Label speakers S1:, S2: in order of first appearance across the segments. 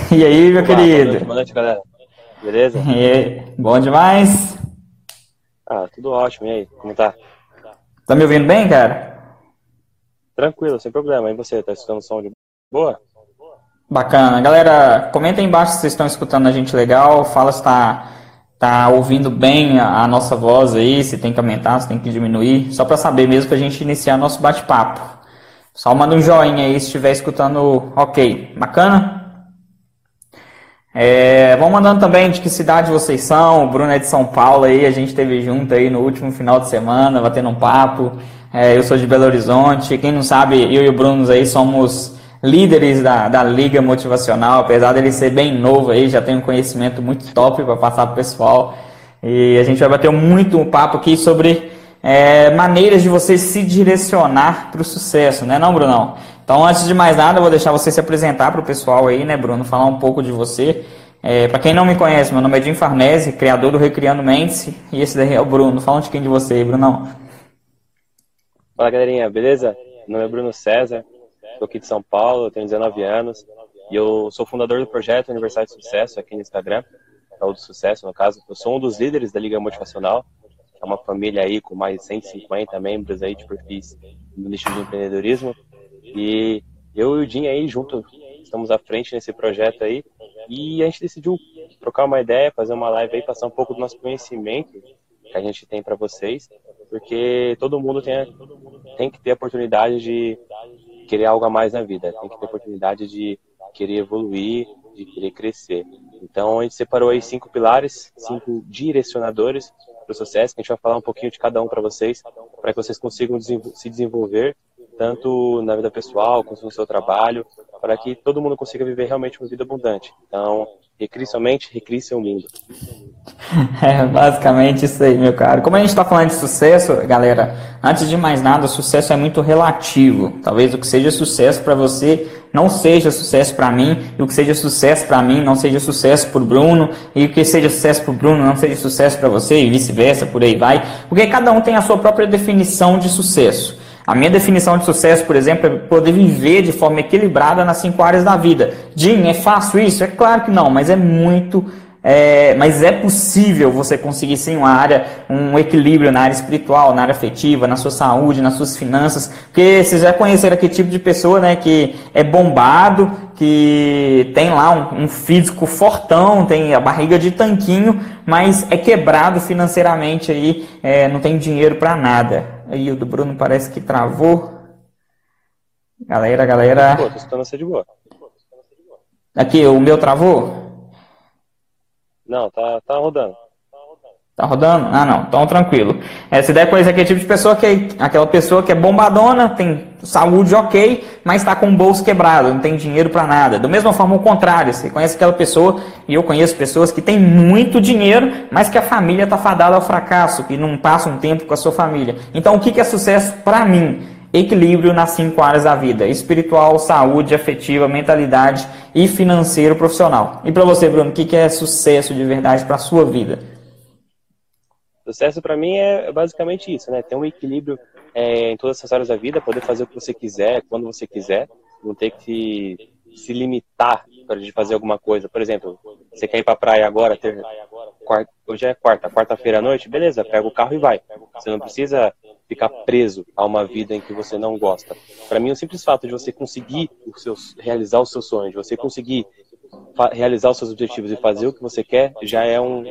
S1: E aí, meu
S2: Oba,
S1: querido?
S2: boa noite, galera. Beleza?
S1: Bom demais?
S2: Ah, tudo ótimo. E aí, como tá?
S1: Tá me ouvindo bem, cara?
S2: Tranquilo, sem problema. E você, tá escutando som de boa?
S1: Bacana. Galera, comenta aí embaixo se vocês estão escutando a gente legal. Fala se tá ouvindo bem a nossa voz aí, se tem que aumentar, se tem que diminuir. Só pra saber mesmo, pra gente iniciar nosso bate-papo. Só manda um joinha aí se estiver escutando ok. Bacana? Vão mandando também de que cidade vocês são. O Bruno é de São Paulo aí, a gente esteve junto aí no último final de semana, batendo um papo. Eu sou de Belo Horizonte. Quem não sabe, eu e o Bruno aí somos líderes da Liga Motivacional, apesar dele ser bem novo aí, já tem um conhecimento muito top para passar pro pessoal. E a gente vai bater muito um papo aqui sobre maneiras de você se direcionar para o sucesso, né não, Brunão? Então, antes de mais nada, eu vou deixar você se apresentar para o pessoal aí, né, Bruno? Falar um pouco de você. Para quem não me conhece, meu nome é Jim Farnese, criador do Recriando Mentes, e esse daí é o Bruno. Fala um pouquinho de você, Brunão.
S2: Fala, galerinha, beleza? Meu nome é Bruno César, sou aqui de São Paulo, tenho 19 anos, e eu sou fundador do projeto Aniversário de Sucesso aqui no Instagram, é o do Sucesso, no caso. Eu sou um dos líderes da Liga Motivacional, é uma família aí com mais de 150 membros aí de perfis no nicho de empreendedorismo. E eu e o Jim aí junto, estamos à frente nesse projeto aí, e a gente decidiu trocar uma ideia, fazer uma live aí, passar um pouco do nosso conhecimento que a gente tem para vocês, porque todo mundo tem que ter a oportunidade de querer algo a mais na vida, tem que ter a oportunidade de querer evoluir, de querer crescer. Então a gente separou aí 5 pilares, 5 direcionadores para o sucesso, que a gente vai falar um pouquinho de cada um para vocês, para que vocês consigam se desenvolver tanto na vida pessoal quanto no seu trabalho, para que todo mundo consiga viver realmente uma vida abundante. Então, recrie sua mente, recrie seu mundo.
S1: Basicamente isso aí, meu caro. Como a gente está falando de sucesso, galera, antes de mais nada, o sucesso é muito relativo. Talvez o que seja sucesso para você não seja sucesso para mim, e o que seja sucesso para mim não seja sucesso para o Bruno, e o que seja sucesso para o Bruno não seja sucesso para você, e vice-versa, por aí vai. Porque cada um tem a sua própria definição de sucesso. A minha definição de sucesso, por exemplo, é poder viver de forma equilibrada nas 5 áreas da vida. Jim, é fácil isso? É claro que não, mas mas é possível você conseguir sim um equilíbrio na área espiritual, na área afetiva, na sua saúde, nas suas finanças. Porque vocês já conheceram aquele tipo de pessoa, né, que é bombado, que tem lá um físico fortão, tem a barriga de tanquinho, mas é quebrado financeiramente aí, não tem dinheiro para nada. Aí o do Bruno parece que travou. Galera.
S2: Pô, tô escutando você de boa.
S1: Aqui, o meu travou?
S2: Não, tá rodando.
S1: Tá rodando? Ah, não. Então, tranquilo. Essa ideia é conhecer aquele tipo de pessoa aquela pessoa que é bombadona, tem saúde ok, mas está com o bolso quebrado, não tem dinheiro para nada. Da mesma forma, o contrário. Você conhece aquela pessoa, e eu conheço pessoas que têm muito dinheiro, mas que a família está fadada ao fracasso, que não passa um tempo com a sua família. Então, o que é sucesso para mim? Equilíbrio nas 5 áreas da vida: espiritual, saúde, afetiva, mentalidade e financeiro profissional. E para você, Bruno, o que é sucesso de verdade para a sua vida?
S2: Sucesso para mim é basicamente isso, né? Ter um equilíbrio em todas essas áreas da vida, poder fazer o que você quiser, quando você quiser, não ter que se limitar para fazer alguma coisa. Por exemplo, você quer ir para a praia agora, hoje é quarta-feira à noite, beleza, pega o carro e vai. Você não precisa ficar preso a uma vida em que você não gosta. Para mim, o simples fato de você conseguir realizar os seus sonhos, de você conseguir realizar os seus objetivos e fazer o que você quer, já é um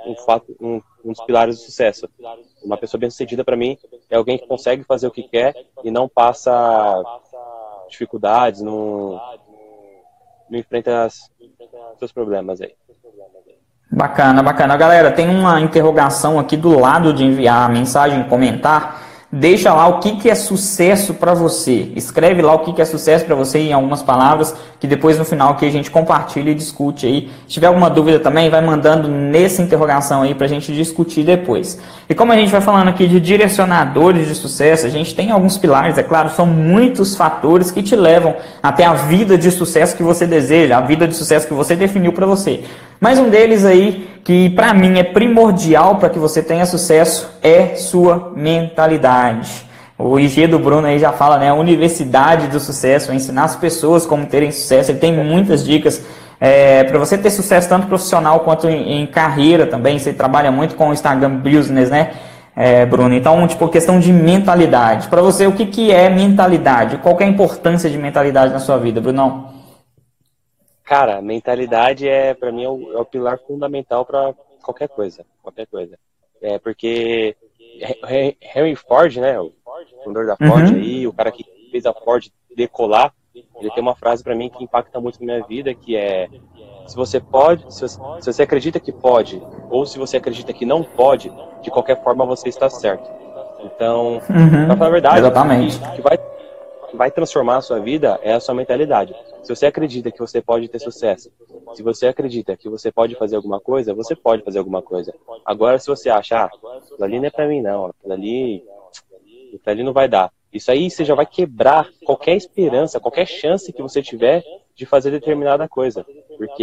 S2: dos pilares do sucesso. Uma pessoa bem-sucedida, para mim, é alguém que consegue fazer o que quer e não passa dificuldades, não enfrenta os seus problemas aí.
S1: Bacana, bacana. Galera, tem uma interrogação aqui do lado de enviar a mensagem, comentar. Deixa lá o que é sucesso para você. Escreve lá o que é sucesso para você em algumas palavras, que depois no final aqui a gente compartilha e discute aí. Se tiver alguma dúvida também, vai mandando nessa interrogação aí para a gente discutir depois. E como a gente vai falando aqui de direcionadores de sucesso, a gente tem alguns pilares, é claro, são muitos fatores que te levam até a vida de sucesso que você deseja, a vida de sucesso que você definiu para você. Mas um deles aí, que para mim é primordial para que você tenha sucesso, é sua mentalidade. O IG do Bruno aí já fala, né? A universidade do sucesso, ensinar as pessoas como terem sucesso. Ele tem muitas dicas Para você ter sucesso tanto profissional quanto em carreira também, você trabalha muito com o Instagram Business, né, Bruno? Então, tipo, questão de mentalidade. Para você, o que é mentalidade? Qual que é a importância de mentalidade na sua vida, Brunão?
S2: Cara, mentalidade para mim, é o pilar fundamental para qualquer coisa, qualquer coisa. Porque Henry Ford, né, o fundador da Ford aí, o cara que fez a Ford decolar, ele tem uma frase para mim que impacta muito na minha vida, que é: se você pode, se você acredita que pode, ou se você acredita que não pode, de qualquer forma você está certo. Então, pra falar a verdade,
S1: exatamente.
S2: o que vai transformar a sua vida é a sua mentalidade. Se você acredita que você pode ter sucesso, se você acredita que você pode fazer alguma coisa, você pode fazer alguma coisa. Agora, se você acha, aquilo ali não é pra mim não, aquilo ali não vai dar. Isso aí você já vai quebrar qualquer esperança, qualquer chance que você tiver de fazer determinada coisa. Porque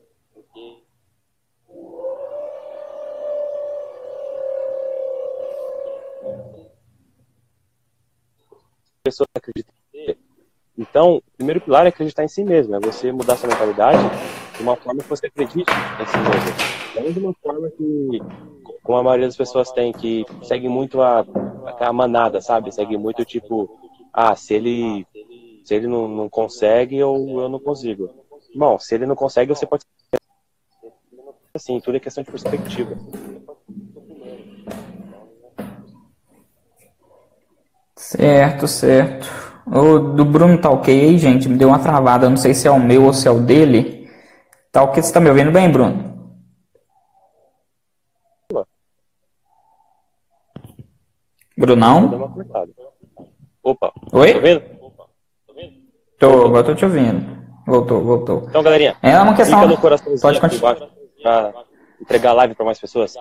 S2: pessoas acreditam em você. Então, o primeiro pilar é acreditar em si mesmo, é você mudar sua mentalidade de uma forma que você acredite em si mesmo. Não de uma forma que, como a maioria das pessoas tem, que segue muito a manada, sabe? Segue muito tipo, se ele não consegue, eu não consigo. Bom, se ele não consegue, você pode... Assim, tudo é questão de perspectiva.
S1: Certo, certo. O do Bruno tá ok aí, gente? Me deu uma travada, não sei se é o meu ou se é o dele. Tá ok? Você tá me ouvindo bem, Bruno? Brunão?
S2: Deu uma cortada. Opa,
S1: Oi?
S2: tá ouvindo?
S1: Agora tô te ouvindo. Voltou.
S2: Então, galerinha,
S1: é uma questão...
S2: clica no coraçãozinho
S1: Pode
S2: aqui
S1: continuar.
S2: embaixo pra entregar a live para mais pessoas.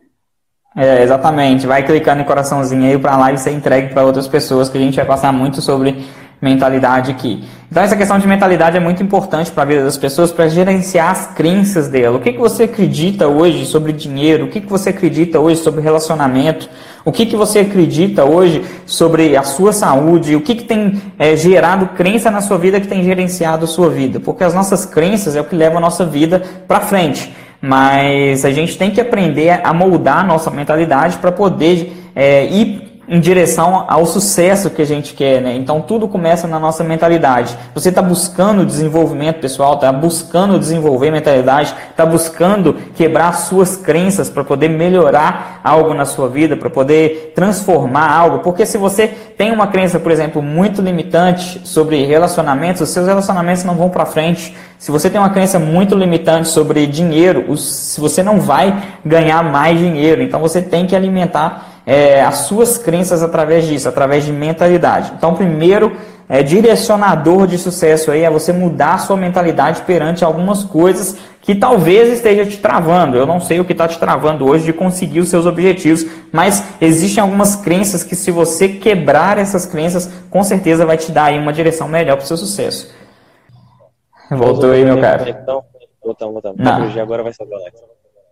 S1: Exatamente. Vai clicando em coraçãozinho aí para a live ser entregue para outras pessoas, que a gente vai passar muito sobre mentalidade aqui. Então essa questão de mentalidade é muito importante para a vida das pessoas, para gerenciar as crenças dela. O que você acredita hoje sobre dinheiro? O que você acredita hoje sobre relacionamento? O que você acredita hoje sobre a sua saúde? O que tem gerado crença na sua vida, que tem gerenciado a sua vida? Porque as nossas crenças é o que leva a nossa vida para frente. Mas a gente tem que aprender a moldar a nossa mentalidade para poder ir em direção ao sucesso que a gente quer, né? Então tudo começa na nossa mentalidade. Você está buscando desenvolvimento pessoal, está buscando desenvolver mentalidade, está buscando quebrar suas crenças para poder melhorar algo na sua vida, para poder transformar algo. Porque se você tem uma crença, por exemplo, muito limitante sobre relacionamentos, os seus relacionamentos não vão para frente. Se você tem uma crença muito limitante sobre dinheiro, se você não vai ganhar mais dinheiro. Então você tem que alimentar as suas crenças através disso, através de mentalidade. Então, primeiro direcionador de sucesso aí é você mudar a sua mentalidade perante algumas coisas que talvez esteja te travando. Eu não sei o que está te travando hoje de conseguir os seus objetivos, mas existem algumas crenças que, se você quebrar essas crenças, com certeza vai te dar aí uma direção melhor para o seu sucesso. Voltou aí, meu cara.
S2: Então, voltamos. Agora vai ser o Alex.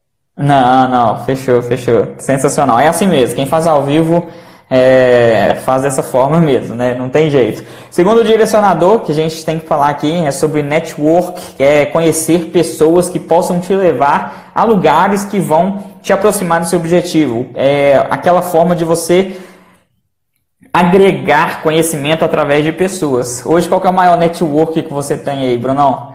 S1: Não, fechou. Sensacional. É assim mesmo, quem faz ao vivo faz dessa forma mesmo, né? Não tem jeito. Segundo direcionador que a gente tem que falar aqui é sobre network, que é conhecer pessoas que possam te levar a lugares que vão te aproximar do seu objetivo. É aquela forma de você agregar conhecimento através de pessoas. Hoje, qual que é o maior network que você tem aí, Brunão?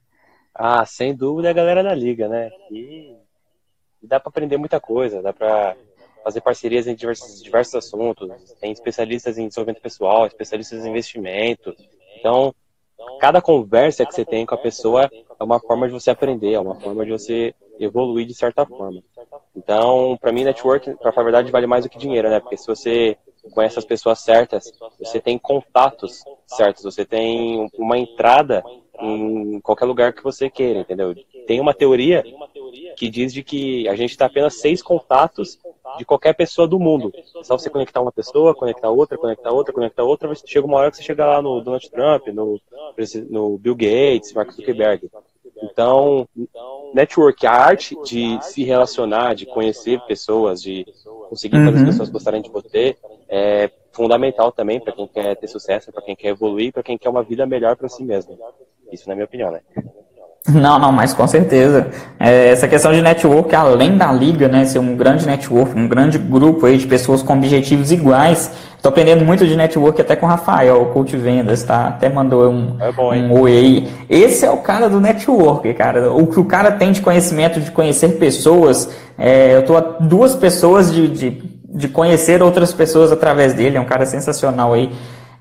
S2: Sem dúvida, a galera da Liga, né? E dá para aprender muita coisa, dá para fazer parcerias em diversos assuntos. Tem especialistas em desenvolvimento pessoal, especialistas em investimento. Então, cada conversa que você tem com a pessoa é uma forma de você aprender, é uma forma de você evoluir de certa forma. Então, para mim, network, para falar a verdade, vale mais do que dinheiro, né? Porque se você conhece as pessoas certas, você tem contatos certos, você tem uma entrada em qualquer lugar que você queira, entendeu? Tem uma teoria que diz de que a gente está apenas 6 contatos de qualquer pessoa do mundo. É só você conectar uma pessoa, conectar outra, chega uma hora que você chega lá no Donald Trump, no Bill Gates, Mark Zuckerberg. Então, network, a arte de se relacionar, de conhecer pessoas, de conseguir fazer as pessoas gostarem de você, é fundamental também para quem quer ter sucesso, para quem quer evoluir, para quem quer uma vida melhor para si mesmo. Isso na minha opinião, né?
S1: Não, não, mas com certeza. Essa questão de network, além da liga, né, ser um grande network, um grande grupo aí de pessoas com objetivos iguais. Estou aprendendo muito de network até com o Rafael, o coach vendas, tá? Até mandou um oi aí. Esse é o cara do network, cara. O que o cara tem de conhecimento, de conhecer pessoas. Eu tô a 2 pessoas de conhecer outras pessoas através dele. É um cara sensacional aí.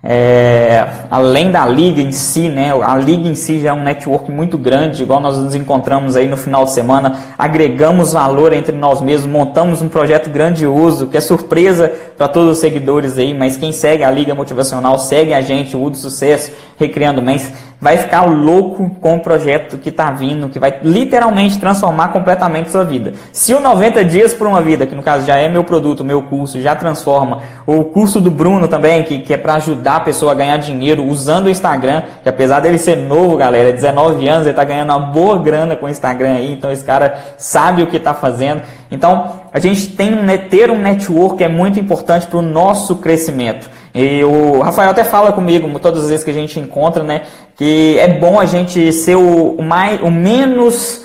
S1: Além da liga em si, né? A liga em si já é um network muito grande, igual nós nos encontramos aí no final de semana, agregamos valor entre nós mesmos, montamos um projeto grandioso, que é surpresa para todos os seguidores aí, mas quem segue a Liga Motivacional, segue a gente, o do Sucesso, Recriando Mentes, vai ficar louco com o projeto que está vindo, que vai literalmente transformar completamente sua vida. Se o 90 Dias por uma Vida, que no caso já é meu produto, meu curso, já transforma, o curso do Bruno também, que é para ajudar a pessoa a ganhar dinheiro usando o Instagram, que apesar dele ser novo, galera, 19 anos, ele está ganhando uma boa grana com o Instagram aí, então esse cara sabe o que está fazendo. Então, a gente ter um network é muito importante para o nosso crescimento. E o Rafael até fala comigo, todas as vezes que a gente encontra, né, que é bom a gente ser o menos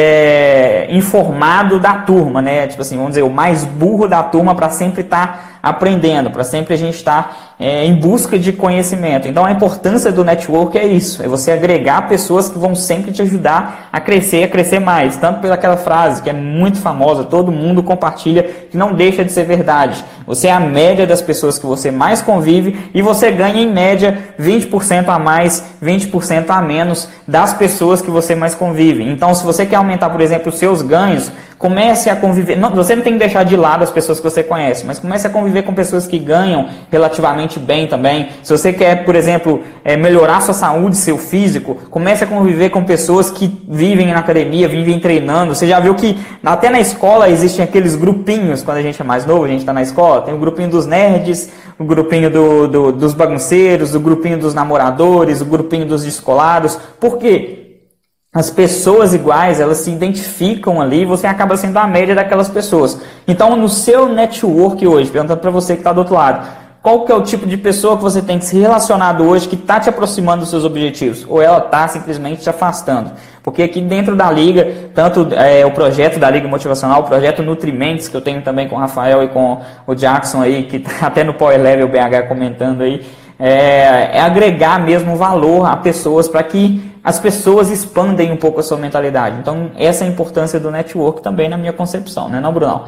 S1: informado da turma, né? Tipo assim, vamos dizer, o mais burro da turma para sempre estar aprendendo, para sempre a gente estar em busca de conhecimento. Então a importância do network é isso, é você agregar pessoas que vão sempre te ajudar a crescer mais. Tanto pelaquela frase que é muito famosa, todo mundo compartilha, que não deixa de ser verdade. Você é a média das pessoas que você mais convive e você ganha em média 20% a mais, 20% a menos das pessoas que você mais convive. Então se você quer aumentar, por exemplo, os seus ganhos, comece a conviver, você não tem que deixar de lado as pessoas que você conhece, mas comece a conviver com pessoas que ganham relativamente bem também. Se você quer, por exemplo, melhorar sua saúde, seu físico, comece a conviver com pessoas que vivem na academia, vivem treinando. Você já viu que até na escola existem aqueles grupinhos, quando a gente é mais novo, a gente está na escola, tem o grupinho dos nerds, o grupinho dos bagunceiros, o grupinho dos namoradores, o grupinho dos descolados. Por quê? As pessoas iguais, elas se identificam ali e você acaba sendo a média daquelas pessoas. Então, no seu network hoje, perguntando para você que está do outro lado, qual que é o tipo de pessoa que você tem que se relacionado hoje que está te aproximando dos seus objetivos? Ou ela está simplesmente te afastando? Porque aqui dentro da Liga, tanto o projeto da Liga Motivacional, o projeto Nutrimentes, que eu tenho também com o Rafael e com o Jackson aí, que está até no Power Level BH comentando aí, é agregar mesmo valor a pessoas para que as pessoas expandem um pouco a sua mentalidade. Então, essa é a importância do network também na minha concepção, né, não, Brunão?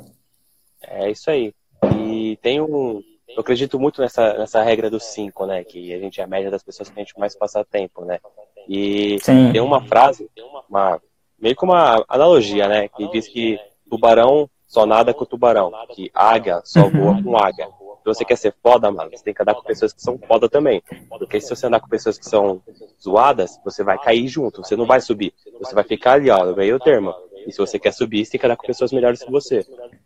S2: É isso aí. E eu acredito muito nessa regra dos 5, né? Que a gente é a média das pessoas que a gente mais passa tempo, né? E sim, tem uma frase, meio que uma analogia, né? Que diz que tubarão só nada com tubarão, que águia só voa com águia. Se você quer ser foda, mano, você tem que andar com pessoas que são foda também. Porque se você andar com pessoas que são zoadas, você vai cair junto, você não vai subir. Você vai ficar ali, ó, no meio termo. E se você quer subir, você tem que andar com pessoas melhores que você.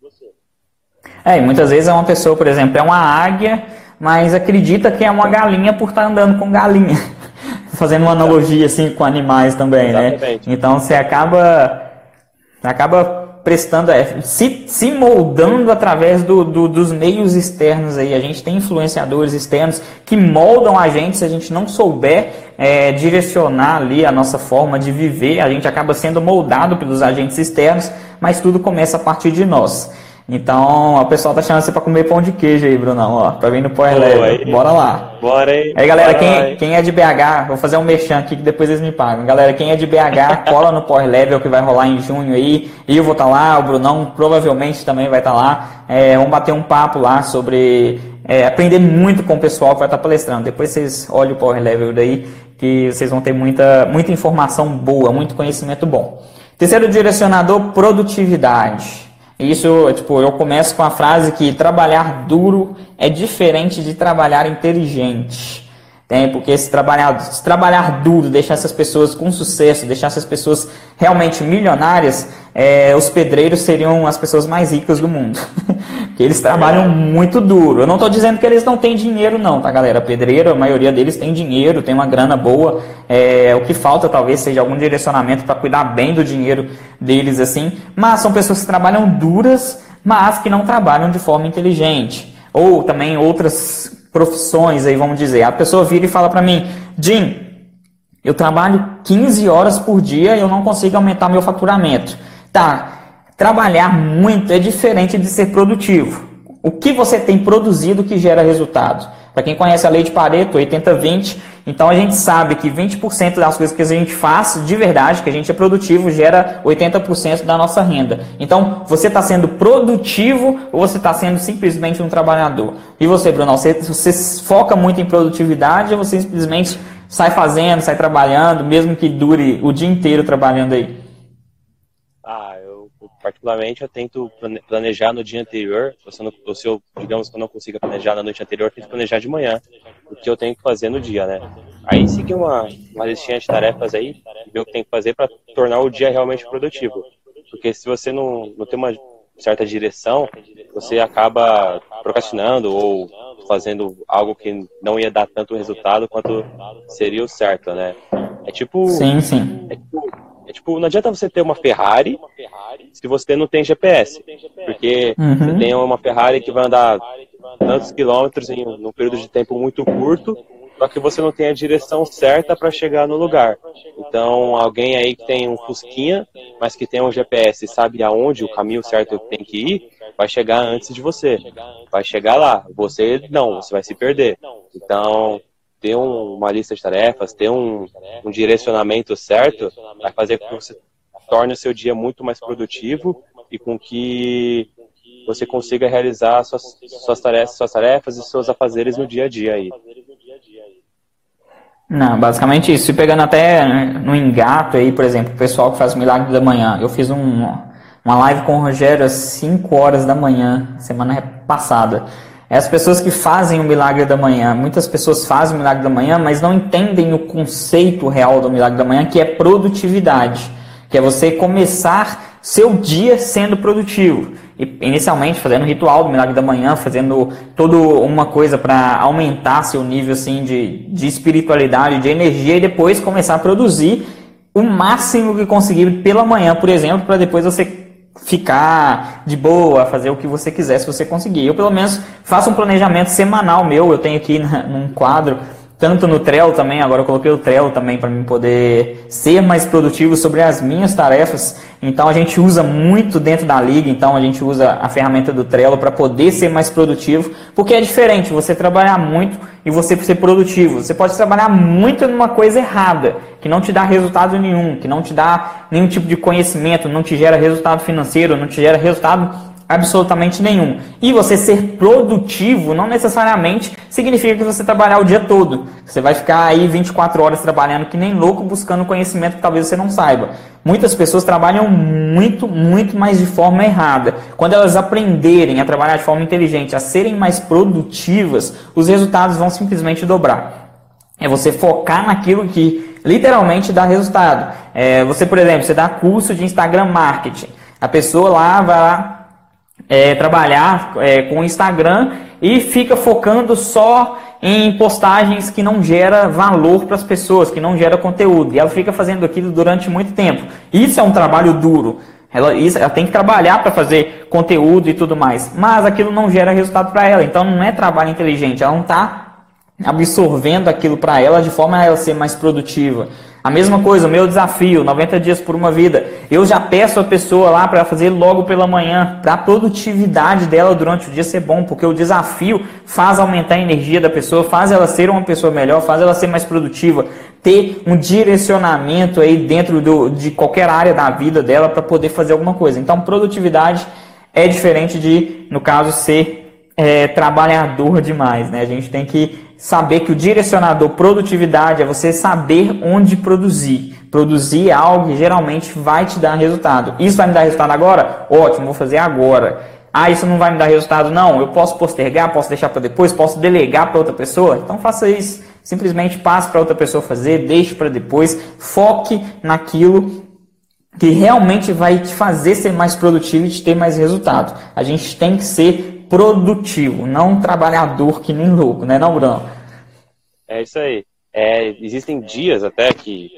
S1: E muitas vezes é uma pessoa, por exemplo, é uma águia, mas acredita que é uma galinha por estar andando com galinha. Fazendo uma analogia assim com animais também, exatamente, né? Então você acaba prestando, se moldando através dos meios externos aí. A gente tem influenciadores externos que moldam a gente. Se a gente não souber direcionar ali a nossa forma de viver, a gente acaba sendo moldado pelos agentes externos, mas tudo começa a partir de nós. Então, o pessoal tá chamando você pra comer pão de queijo aí, Brunão, ó, pra vir no Power Level. Bora lá.
S2: Bora aí.
S1: Aí, galera, quem é de BH, vou fazer um merchan aqui que depois eles me pagam. Galera, quem é de BH, cola no Power Level que vai rolar em junho aí. Eu vou estar lá, o Brunão provavelmente também vai estar lá. Vamos bater um papo lá sobre aprender muito com o pessoal que vai estar palestrando. Depois vocês olhem o Power Level daí, que vocês vão ter muita informação boa, muito conhecimento bom. Terceiro direcionador, produtividade. Isso, eu começo com a frase que trabalhar duro é diferente de trabalhar inteligente. Porque se trabalhar duro, deixar essas pessoas com sucesso, deixar essas pessoas realmente milionárias, os pedreiros seriam as pessoas mais ricas do mundo. Porque eles trabalham muito duro. Eu não estou dizendo que eles não têm dinheiro não, tá, galera? Pedreiro, a maioria deles tem dinheiro, tem uma grana boa. O que falta talvez seja algum direcionamento para cuidar bem do dinheiro deles, assim. Mas são pessoas que trabalham duras, mas que não trabalham de forma inteligente. Ou também outras profissões aí, vamos dizer. A pessoa vira e fala para mim, Jim, Eu trabalho 15 horas por dia e eu não consigo aumentar meu faturamento. Tá, trabalhar muito é diferente de ser produtivo. O que você tem produzido que gera resultado? Para quem conhece a lei de Pareto, 80-20, então a gente sabe que 20% das coisas que a gente faz de verdade, que a gente é produtivo, gera 80% da nossa renda. Então, você está sendo produtivo ou você está sendo simplesmente um trabalhador? E você, Bruno, você foca muito em produtividade ou você simplesmente sai fazendo, sai trabalhando, mesmo que dure o dia inteiro trabalhando aí?
S2: Particularmente, eu tento planejar no dia anterior. Se eu, digamos que eu não consiga planejar na noite anterior, eu tento planejar de manhã o que eu tenho que fazer no dia, né? Aí seguir uma listinha de tarefas aí, ver o que tem que fazer para tornar o dia realmente produtivo. Porque se você não tem uma certa direção, você acaba procrastinando ou fazendo algo que não ia dar tanto resultado quanto seria o certo, né? É tipo...
S1: Sim, sim.
S2: Não adianta você ter uma Ferrari se você não tem GPS. Porque você tem uma Ferrari que vai andar tantos quilômetros em um período de tempo muito curto, só que você não tem a direção certa para chegar no lugar. Então, alguém aí que tem um Fusquinha, mas que tem um GPS e sabe aonde o caminho certo tem que ir, vai chegar antes de você. Vai chegar lá. Você não, você vai se perder. Então... ter uma lista de tarefas, ter um direcionamento certo, vai fazer com que você torne o seu dia muito mais produtivo e com que você consiga realizar suas tarefas e seus afazeres no dia a dia aí.
S1: Não, basicamente isso. E pegando até no engato aí, por exemplo, o pessoal que faz o Milagre da Manhã. Eu fiz uma live com o Rogério às 5 horas da manhã, semana passada. As pessoas que fazem o Milagre da Manhã, muitas pessoas fazem o Milagre da Manhã, mas não entendem o conceito real do Milagre da Manhã, que é produtividade, que é você começar seu dia sendo produtivo. E, inicialmente fazendo o ritual do Milagre da Manhã, fazendo toda uma coisa para aumentar seu nível assim, de espiritualidade, de energia, e depois começar a produzir o máximo que conseguir pela manhã, por exemplo, para depois você ficar de boa, fazer o que você quiser se você conseguir. Eu pelo menos faço um planejamento semanal meu, eu tenho aqui num quadro, tanto no Trello também, agora eu coloquei o Trello também para mim poder ser mais produtivo sobre as minhas tarefas. Então a gente usa muito dentro da liga, então a gente usa a ferramenta do Trello para poder ser mais produtivo, porque é diferente você trabalhar muito e você ser produtivo. Você pode trabalhar muito numa coisa errada, que não te dá resultado nenhum, que não te dá nenhum tipo de conhecimento, não te gera resultado financeiro, não te gera resultado absolutamente nenhum. E você ser produtivo não necessariamente significa que você trabalhar o dia todo. Você vai ficar aí 24 horas trabalhando que nem louco, buscando conhecimento que talvez você não saiba. Muitas pessoas trabalham muito, muito mais de forma errada. Quando elas aprenderem a trabalhar de forma inteligente, a serem mais produtivas, os resultados vão simplesmente dobrar. É você focar naquilo que literalmente dá resultado. Você, por exemplo, você dá curso de Instagram Marketing. A pessoa lá vai lá trabalhar com o Instagram e fica focando só em postagens que não gera valor para as pessoas, que não gera conteúdo. E ela fica fazendo aquilo durante muito tempo. Isso é um trabalho duro. Ela tem que trabalhar para fazer conteúdo e tudo mais. Mas aquilo não gera resultado para ela. Então não é trabalho inteligente. Ela não está absorvendo aquilo para ela de forma a ela ser mais produtiva. A mesma coisa, o meu desafio, 90 dias por uma vida. Eu já peço a pessoa lá para fazer logo pela manhã, para a produtividade dela durante o dia ser bom, porque o desafio faz aumentar a energia da pessoa, faz ela ser uma pessoa melhor, faz ela ser mais produtiva, ter um direcionamento aí dentro de qualquer área da vida dela para poder fazer alguma coisa. Então, produtividade é diferente de, no caso, ser trabalhador demais, né? A gente tem que saber que o direcionador produtividade é você saber onde produzir. Produzir algo que geralmente vai te dar resultado. Isso vai me dar resultado agora? Ótimo, vou fazer agora. Isso não vai me dar resultado? Não, eu posso postergar, posso deixar para depois, posso delegar para outra pessoa? Então faça isso. Simplesmente passe para outra pessoa fazer, deixe para depois. Foque naquilo que realmente vai te fazer ser mais produtivo e te ter mais resultado. A gente tem que ser produtivo, não um trabalhador que nem louco, né, não, Bruno?
S2: É isso aí. Existem dias até que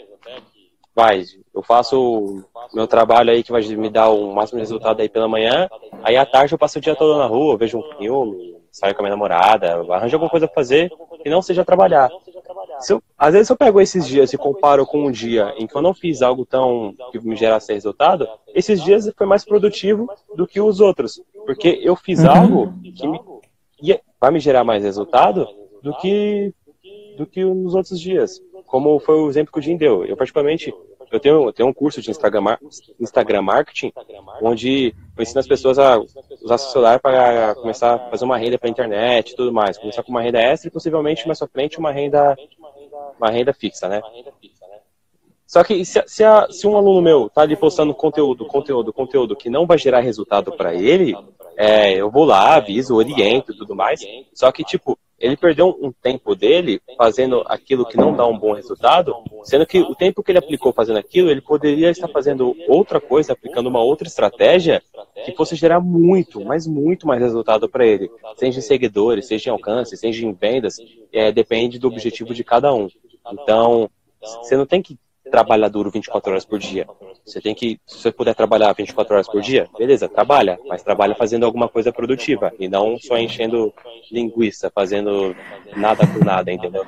S2: eu faço meu trabalho aí que vai me dar o máximo de resultado aí pela manhã, aí à tarde eu passo o dia todo na rua, vejo um filme, saio com a minha namorada, arranjo alguma coisa pra fazer que não seja trabalhar. às vezes eu pego esses dias e comparo com um dia em que eu não fiz algo tão que me gerasse resultado, esses dias foi mais produtivo do que os outros, porque eu fiz algo que vai me gerar mais resultado do que nos outros dias, como foi o exemplo que o Jim deu. Eu particularmente, eu tenho um curso de Instagram Marketing, onde eu ensino as pessoas a usar seu celular para começar a fazer uma renda para a internet e tudo mais. Começar com uma renda extra e possivelmente mais pra frente uma renda fixa, né? Só que se um aluno meu tá ali postando conteúdo que não vai gerar resultado para ele, eu vou lá, aviso, oriento e tudo mais. Só que, tipo, ele perdeu um tempo dele fazendo aquilo que não dá um bom resultado, sendo que o tempo que ele aplicou fazendo aquilo, ele poderia estar fazendo outra coisa, aplicando uma outra estratégia que fosse gerar muito, mas muito mais resultado para ele. Seja em seguidores, seja em alcance, seja em vendas, depende do objetivo de cada um. Então, você não tem que trabalhar duro 24 horas por dia. Você tem que, se você puder trabalhar 24 horas por dia, beleza, trabalha, mas trabalha fazendo alguma coisa produtiva e não só enchendo linguiça, fazendo nada por nada, entendeu?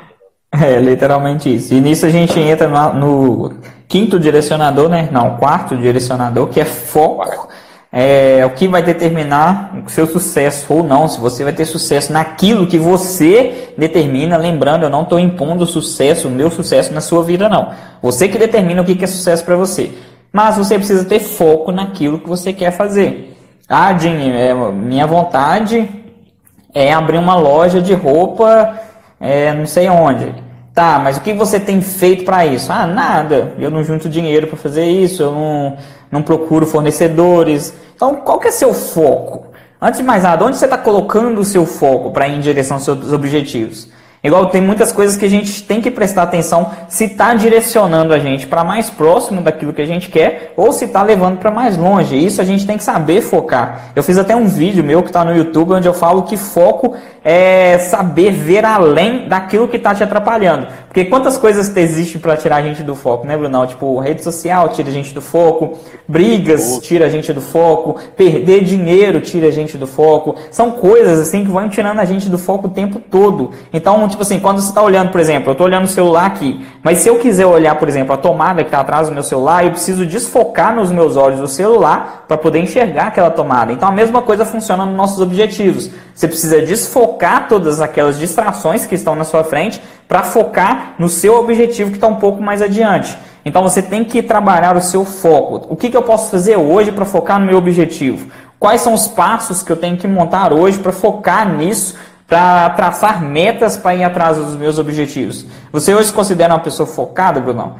S1: É, literalmente isso. E nisso a gente entra no quinto direcionador, né? Não, quarto direcionador, que é foco. É o que vai determinar o seu sucesso ou não, se você vai ter sucesso naquilo que você determina. Lembrando, eu não estou impondo o meu sucesso na sua vida, não. Você que determina o que é sucesso para você. Mas você precisa ter foco naquilo que você quer fazer. Ah, Jim, minha vontade é abrir uma loja de roupa, não sei onde. Tá, mas o que você tem feito para isso? Ah, nada. Eu não junto dinheiro para fazer isso, eu não procuro fornecedores. Então, qual que é seu foco? Antes de mais nada, onde você está colocando o seu foco para ir em direção aos seus objetivos? Igual tem muitas coisas que a gente tem que prestar atenção se está direcionando a gente para mais próximo daquilo que a gente quer ou se está levando para mais longe. Isso a gente tem que saber focar. Eu fiz até um vídeo meu que está no YouTube onde eu falo que foco é saber ver além daquilo que está te atrapalhando. Porque quantas coisas existem para tirar a gente do foco, né, Brunão? Tipo, rede social tira a gente do foco, brigas tira a gente do foco, perder dinheiro tira a gente do foco. São coisas assim que vão tirando a gente do foco o tempo todo. Então, tipo assim, quando você está olhando, por exemplo, eu estou olhando o celular aqui, mas se eu quiser olhar, por exemplo, a tomada que está atrás do meu celular, eu preciso desfocar nos meus olhos o celular para poder enxergar aquela tomada. Então, a mesma coisa funciona nos nossos objetivos. Você precisa desfocar todas aquelas distrações que estão na sua frente para focar no seu objetivo que está um pouco mais adiante. Então, você tem que trabalhar o seu foco. O que eu posso fazer hoje para focar no meu objetivo? Quais são os passos que eu tenho que montar hoje para focar nisso, para traçar metas para ir atrás dos meus objetivos? Você hoje se considera uma pessoa focada, Brunão?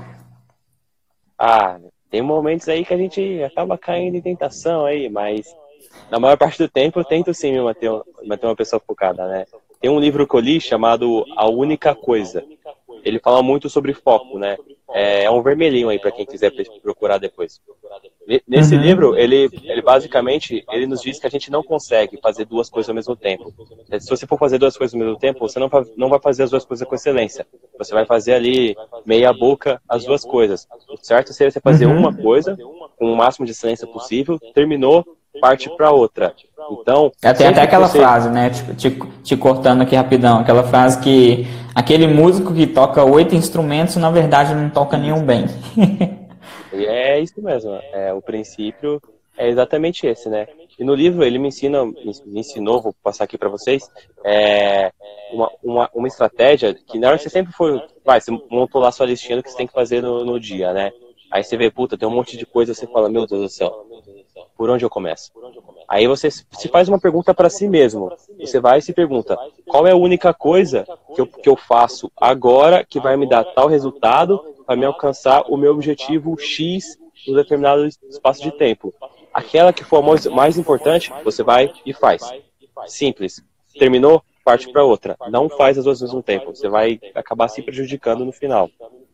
S2: Ah, tem momentos aí que a gente acaba caindo em tentação aí, mas na maior parte do tempo eu tento sim me manter uma pessoa focada, né? Tem um livro que eu li chamado A Única Coisa. Ele fala muito sobre foco, né? É um vermelhinho aí para quem quiser procurar depois. Nesse livro, ele basicamente ele nos diz que a gente não consegue fazer duas coisas ao mesmo tempo. Se você for fazer duas coisas ao mesmo tempo, você não vai fazer as duas coisas com excelência. Você vai fazer ali meia boca as duas coisas. O certo seria você fazer uma coisa com o máximo de excelência possível, terminou, parte para outra. Então,
S1: tem até aquela frase, né? Te cortando aqui rapidão, aquela frase que aquele músico que toca 8 instrumentos, na verdade, não toca nenhum bem.
S2: É isso mesmo. O princípio é exatamente esse, né? E no livro ele me ensinou, vou passar aqui para vocês, uma estratégia que na hora que você sempre você montou lá sua listinha do que você tem que fazer no dia, né? Aí você vê, puta, tem um monte de coisa, você fala, meu Deus do céu, por onde eu começo? Aí você se faz uma pergunta para si mesmo. Você vai e se pergunta, qual é a única coisa que eu faço agora que vai me dar tal resultado para me alcançar o meu objetivo X em determinado espaço de tempo? Aquela que for a mais importante, você vai e faz. Simples. Terminou? Parte para outra. Não faz as duas ao mesmo tempo. Você vai acabar se prejudicando no final.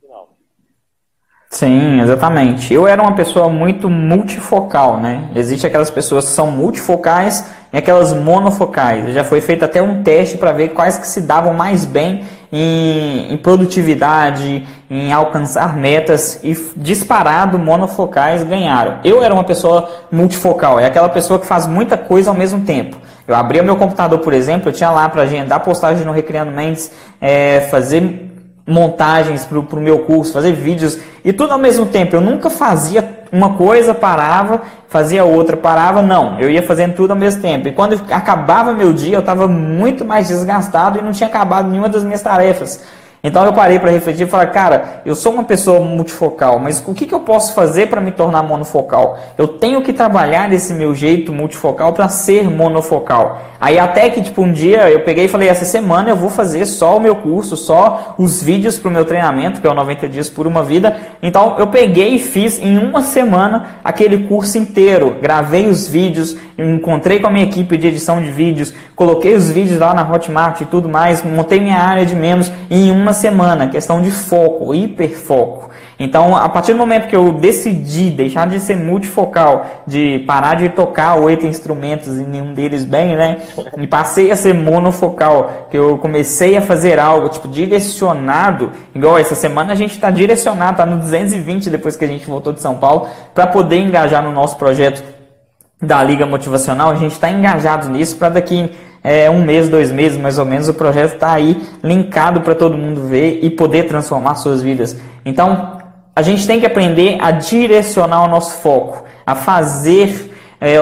S1: Sim, exatamente. Eu era uma pessoa muito multifocal, né? Existem aquelas pessoas que são multifocais e aquelas monofocais. Já foi feito até um teste para ver quais que se davam mais bem em produtividade, em alcançar metas, e disparado monofocais ganharam. Eu era uma pessoa multifocal, é aquela pessoa que faz muita coisa ao mesmo tempo. Eu abria meu computador, por exemplo, eu tinha lá para agendar postagem no Recriando Mentes, fazer montagens pro meu curso, fazer vídeos e tudo ao mesmo tempo. Eu nunca fazia uma coisa, parava, fazia outra, parava, não. Eu ia fazendo tudo ao mesmo tempo. E quando acabava meu dia, eu estava muito mais desgastado e não tinha acabado nenhuma das minhas tarefas. Então eu parei para refletir e falar, cara, eu sou uma pessoa multifocal, mas o que eu posso fazer para me tornar monofocal? Eu tenho que trabalhar esse meu jeito multifocal para ser monofocal. Aí até que tipo um dia eu peguei e falei, essa semana eu vou fazer só o meu curso, só os vídeos para o meu treinamento, que é o 90 Dias por Uma Vida. Então eu peguei e fiz em uma semana aquele curso inteiro. Gravei os vídeos, encontrei com a minha equipe de edição de vídeos, coloquei os vídeos lá na Hotmart e tudo mais, montei minha área de membros em uma semana, questão de foco, hiperfoco. Então, a partir do momento que eu decidi deixar de ser multifocal, de parar de tocar 8 instrumentos e nenhum deles bem, né? E passei a ser monofocal, que eu comecei a fazer algo, tipo, direcionado, igual essa semana a gente está direcionado, está no 220 depois que a gente voltou de São Paulo, para poder engajar no nosso projeto da Liga Motivacional. A gente está engajado nisso para daqui um mês, 2 meses, mais ou menos, o projeto está aí linkado para todo mundo ver e poder transformar suas vidas. Então, a gente tem que aprender a direcionar o nosso foco, a fazer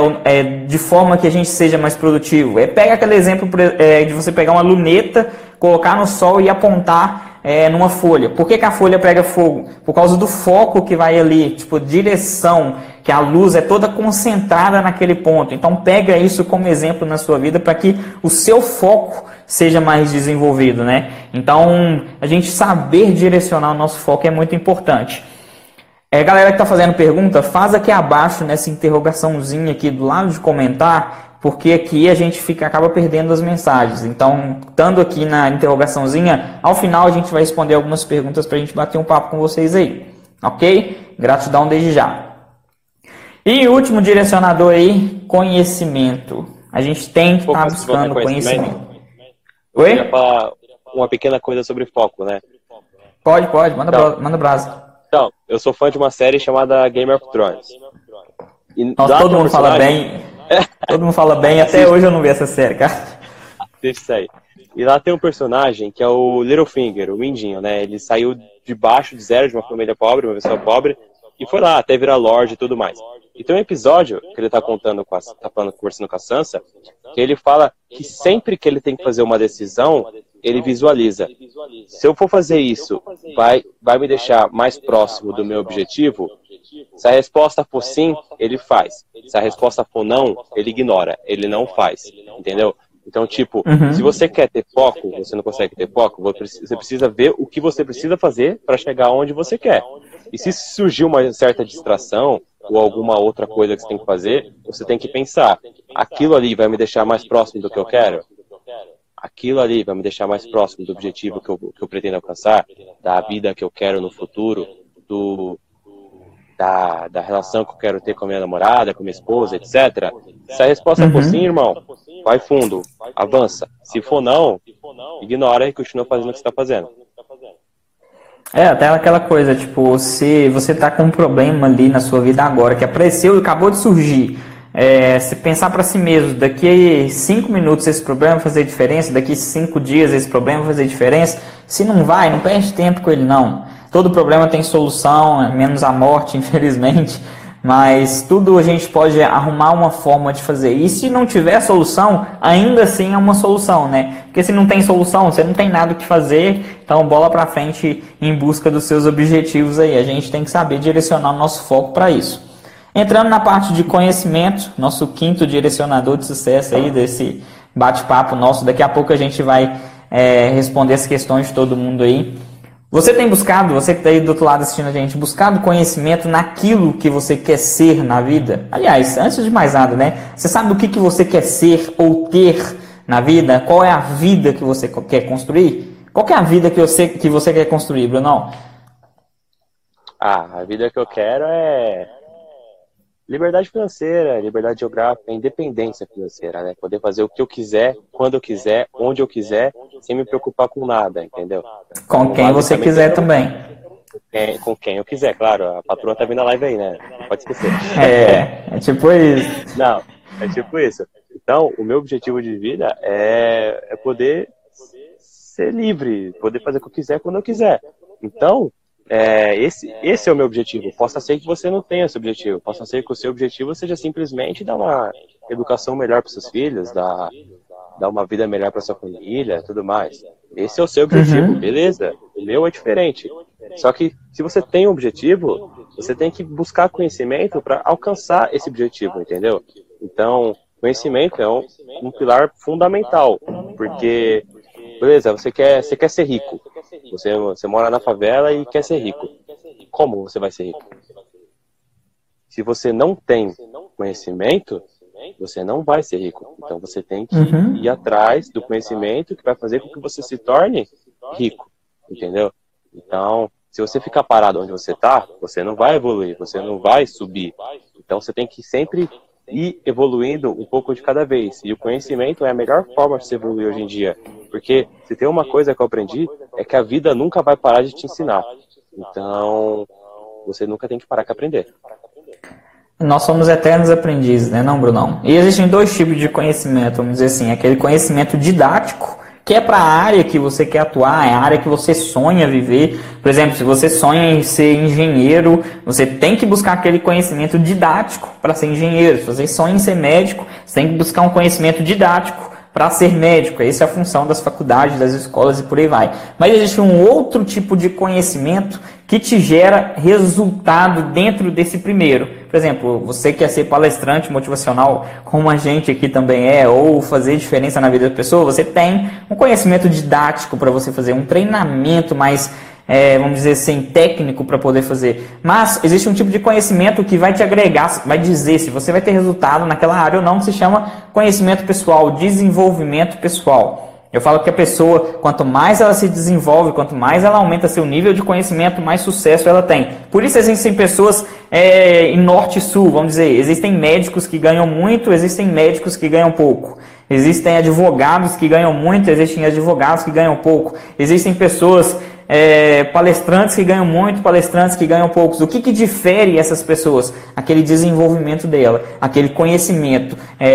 S1: de forma que a gente seja mais produtivo. Pega aquele exemplo de você pegar uma luneta, colocar no sol e apontar numa folha. Por que a folha pega fogo? Por causa do foco que vai ali, tipo, direção, que a luz é toda concentrada naquele ponto. Então pega isso como exemplo na sua vida para que o seu foco seja mais desenvolvido, né? Então, a gente saber direcionar o nosso foco é muito importante. Galera que está fazendo pergunta, faz aqui abaixo nessa interrogaçãozinha aqui do lado de comentar, porque aqui a gente acaba perdendo as mensagens. Então, estando aqui na interrogaçãozinha, ao final a gente vai responder algumas perguntas para a gente bater um papo com vocês aí. Ok? Gratidão desde já. E último direcionador aí, conhecimento. A gente tem que estar buscando conhecimento.
S2: Oi? Eu queria falar uma pequena coisa sobre foco, né?
S1: Pode. Manda brasa.
S2: Então, eu sou fã de uma série chamada Game of Thrones.
S1: Nossa, todo mundo fala bem. Todo mundo fala bem. Até hoje eu não vi essa série, cara.
S2: Deixa isso aí. E lá tem um personagem que é o Littlefinger, o Mindinho, né? Ele saiu de baixo, de zero, de uma família pobre, uma pessoa pobre, e foi lá até virar Lorde e tudo mais. E tem um episódio que ele tá conversando com a Sansa, que ele fala que sempre que ele tem que fazer uma decisão, ele visualiza. Se eu for fazer isso, vai me deixar mais próximo do meu objetivo? Se a resposta for sim, ele faz. Se a resposta for não, ele ignora. Ele não faz. Entendeu? Então, tipo, se você quer ter foco, você não consegue ter foco, você precisa ver o que você precisa fazer para chegar onde você quer. E se surgir uma certa distração ou alguma outra coisa que você tem que fazer, você tem que pensar, aquilo ali vai me deixar mais próximo do que eu quero? Aquilo ali vai me deixar mais próximo do objetivo que eu pretendo alcançar, da vida que eu quero no futuro, da relação que eu quero ter com a minha namorada, com a minha esposa, etc. Se a resposta for sim, irmão, vai fundo, avança. Se for não, ignora e continua fazendo o que você está fazendo.
S1: Até aquela coisa, tipo, se você tá com um problema ali na sua vida agora, que apareceu e acabou de surgir, se pensar para si mesmo, daqui a 5 minutos esse problema vai fazer diferença, daqui a 5 dias esse problema vai fazer diferença, se não vai, não perde tempo com ele não. Todo problema tem solução, menos a morte, infelizmente, mas tudo a gente pode arrumar uma forma de fazer. E se não tiver solução, ainda assim é uma solução, né? Porque se não tem solução, você não tem nada o que fazer, então bola pra frente em busca dos seus objetivos aí. A gente tem que saber direcionar o nosso foco para isso. Entrando na parte de conhecimento, nosso quinto direcionador de sucesso aí desse bate-papo nosso, daqui a pouco a gente vai responder as questões de todo mundo aí. Você tem buscado, você que está aí do outro lado assistindo a gente, buscado conhecimento naquilo que você quer ser na vida? Aliás, antes de mais nada, né? Você sabe o que você quer ser ou ter na vida? Qual é a vida que você quer construir? Qual que é a vida que você quer construir, Brunão?
S2: A vida que eu quero é liberdade financeira, liberdade geográfica, independência financeira, né? Poder fazer o que eu quiser, quando eu quiser, onde eu quiser, sem me preocupar com nada, entendeu?
S1: Com quem você quiser também.
S2: Com quem eu quiser, claro. A patroa tá vindo na live aí, né? Não pode esquecer.
S1: É tipo isso.
S2: Não, é tipo isso. Então, o meu objetivo de vida é poder ser livre, poder fazer o que eu quiser quando eu quiser. Então, esse é o meu objetivo. Possa ser que você não tenha esse objetivo. Possa ser que o seu objetivo seja simplesmente dar uma educação melhor para seus filhos, dar uma vida melhor para sua família, tudo mais. Esse é o seu objetivo, beleza? O meu é diferente. Só que se você tem um objetivo, você tem que buscar conhecimento para alcançar esse objetivo, entendeu? Então, conhecimento é um pilar fundamental, porque, beleza, você quer ser rico. Você mora na favela e quer ser rico. Como você vai ser rico? Se você não tem conhecimento, você não vai ser rico. Então você tem que ir atrás do conhecimento que vai fazer com que você se torne rico, entendeu? Então, se você ficar parado onde você está, você não vai evoluir, você não vai subir. Então você tem que sempre ir evoluindo um pouco de cada vez. E o conhecimento é a melhor forma de se evoluir hoje em dia. Porque se tem uma coisa que eu aprendi, é que a vida nunca vai parar de te ensinar. Então, você nunca tem que parar de aprender.
S1: Nós somos eternos aprendizes, né, não, Brunão? E existem dois tipos de conhecimento, vamos dizer assim, aquele conhecimento didático, que é para a área que você quer atuar, é a área que você sonha viver. Por exemplo, se você sonha em ser engenheiro, você tem que buscar aquele conhecimento didático para ser engenheiro. Se você sonha em ser médico, você tem que buscar um conhecimento didático para ser médico. Essa é a função das faculdades, das escolas e por aí vai. Mas existe um outro tipo de conhecimento que te gera resultado dentro desse primeiro. Por exemplo, você quer ser palestrante motivacional, como a gente aqui também ou fazer diferença na vida da pessoa, você tem um conhecimento didático para você fazer, um treinamento mais, vamos dizer assim, técnico para poder fazer. Mas existe um tipo de conhecimento que vai te agregar, vai dizer se você vai ter resultado naquela área ou não, que se chama conhecimento pessoal, desenvolvimento pessoal. Eu falo que a pessoa, quanto mais ela se desenvolve, quanto mais ela aumenta seu nível de conhecimento, mais sucesso ela tem. Por isso existem pessoas em norte e sul, vamos dizer. Existem médicos que ganham muito, existem médicos que ganham pouco. Existem advogados que ganham muito, existem advogados que ganham pouco. Existem pessoas, palestrantes que ganham muito, palestrantes que ganham poucos. O que difere essas pessoas? Aquele desenvolvimento dela, aquele conhecimento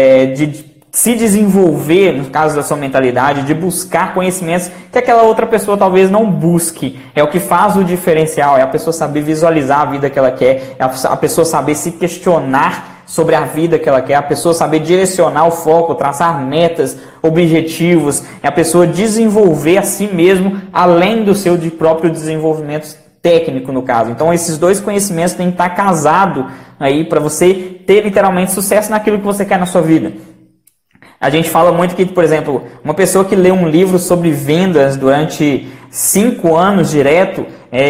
S1: de se desenvolver, no caso da sua mentalidade, de buscar conhecimentos que aquela outra pessoa talvez não busque. É o que faz o diferencial, é a pessoa saber visualizar a vida que ela quer, é a pessoa saber se questionar sobre a vida que ela quer, a pessoa saber direcionar o foco, traçar metas, objetivos, é a pessoa desenvolver a si mesmo, além do seu próprio desenvolvimento técnico, no caso. Então, esses dois conhecimentos têm que estar casados aí para você ter literalmente sucesso naquilo que você quer na sua vida. A gente fala muito que, por exemplo, uma pessoa que lê um livro sobre vendas durante 5 anos direto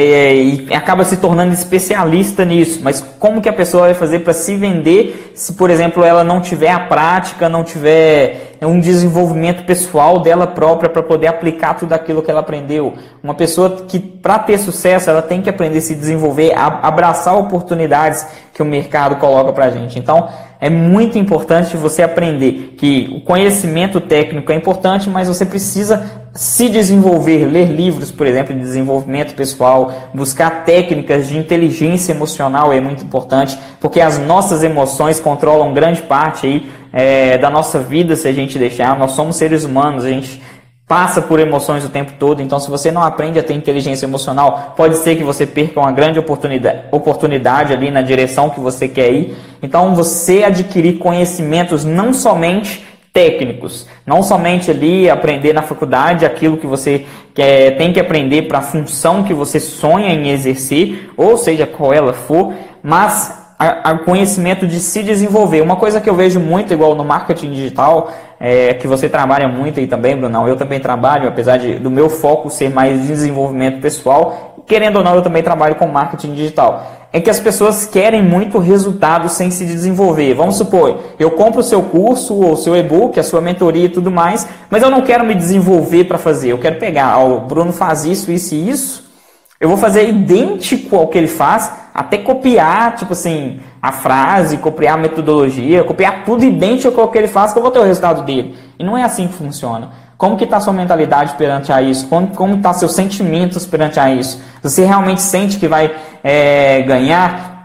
S1: e acaba se tornando especialista nisso. Mas como que a pessoa vai fazer para se vender se, por exemplo, ela não tiver a prática, não tiver um desenvolvimento pessoal dela própria para poder aplicar tudo aquilo que ela aprendeu? Uma pessoa que, para ter sucesso, ela tem que aprender a se desenvolver, abraçar oportunidades que o mercado coloca para a gente. Então, é muito importante você aprender que o conhecimento técnico é importante, mas você precisa se desenvolver, ler livros, por exemplo, de desenvolvimento pessoal, buscar técnicas de inteligência emocional é muito importante, porque as nossas emoções controlam grande parte aí, da nossa vida, se a gente deixar. Nós somos seres humanos, a gente passa por emoções o tempo todo, então se você não aprende a ter inteligência emocional, pode ser que você perca uma grande oportunidade ali na direção que você quer ir. Então você adquirir conhecimentos não somente técnicos, não somente ali aprender na faculdade aquilo que você tem que aprender para a função que você sonha em exercer, ou seja, qual ela for, mas o conhecimento de se desenvolver. Uma coisa que eu vejo muito, igual no marketing digital, que você trabalha muito aí também, Brunão, eu também trabalho, apesar do meu foco ser mais desenvolvimento pessoal, querendo ou não, eu também trabalho com marketing digital. É que as pessoas querem muito resultado sem se desenvolver. Vamos supor, eu compro o seu curso, ou o seu e-book, a sua mentoria e tudo mais, mas eu não quero me desenvolver para fazer. Eu quero pegar, o Bruno faz isso, isso e isso, eu vou fazer idêntico ao que ele faz, até copiar, tipo assim, a frase, copiar a metodologia, copiar tudo idêntico ao que ele faz, que eu vou ter o resultado dele. E não é assim que funciona. Como que está a sua mentalidade perante a isso? Como está seus sentimentos perante a isso? Você realmente sente que vai ganhar?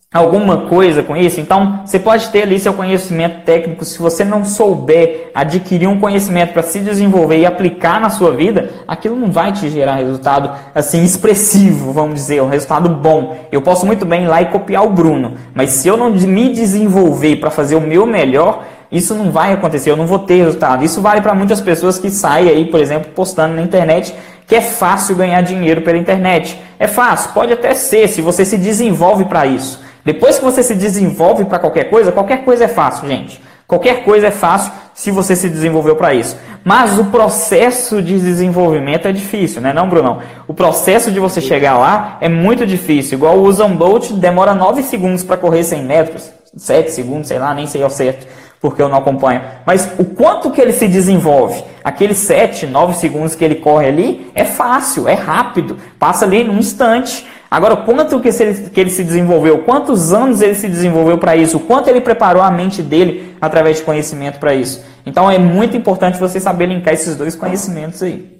S1: alguma coisa com isso. Então, você pode ter ali seu conhecimento técnico. Se você não souber adquirir um conhecimento para se desenvolver e aplicar na sua vida, aquilo não vai te gerar resultado assim expressivo, vamos dizer, um resultado bom. Eu posso muito bem ir lá e copiar o Bruno, mas se eu não me desenvolver para fazer o meu melhor, isso não vai acontecer, eu não vou ter resultado. Isso vale para muitas pessoas que saem aí, por exemplo, postando na internet que é fácil ganhar dinheiro pela internet. É fácil, pode até ser, se você se desenvolve para isso. Depois que você se desenvolve para qualquer coisa é fácil, gente. Qualquer coisa é fácil se você se desenvolveu para isso. Mas o processo de desenvolvimento é difícil, né, não, Brunão? O processo de você chegar lá é muito difícil. Igual o Usain Bolt demora 9 segundos para correr 100 metros, 7 segundos, sei lá, nem sei ao certo, porque eu não acompanho. Mas o quanto que ele se desenvolve, aqueles 7, 9 segundos que ele corre ali, é fácil, é rápido, passa ali num instante. Agora, o quanto que ele se desenvolveu, quantos anos ele se desenvolveu para isso, o quanto ele preparou a mente dele através de conhecimento para isso. Então, é muito importante você saber linkar esses dois conhecimentos aí.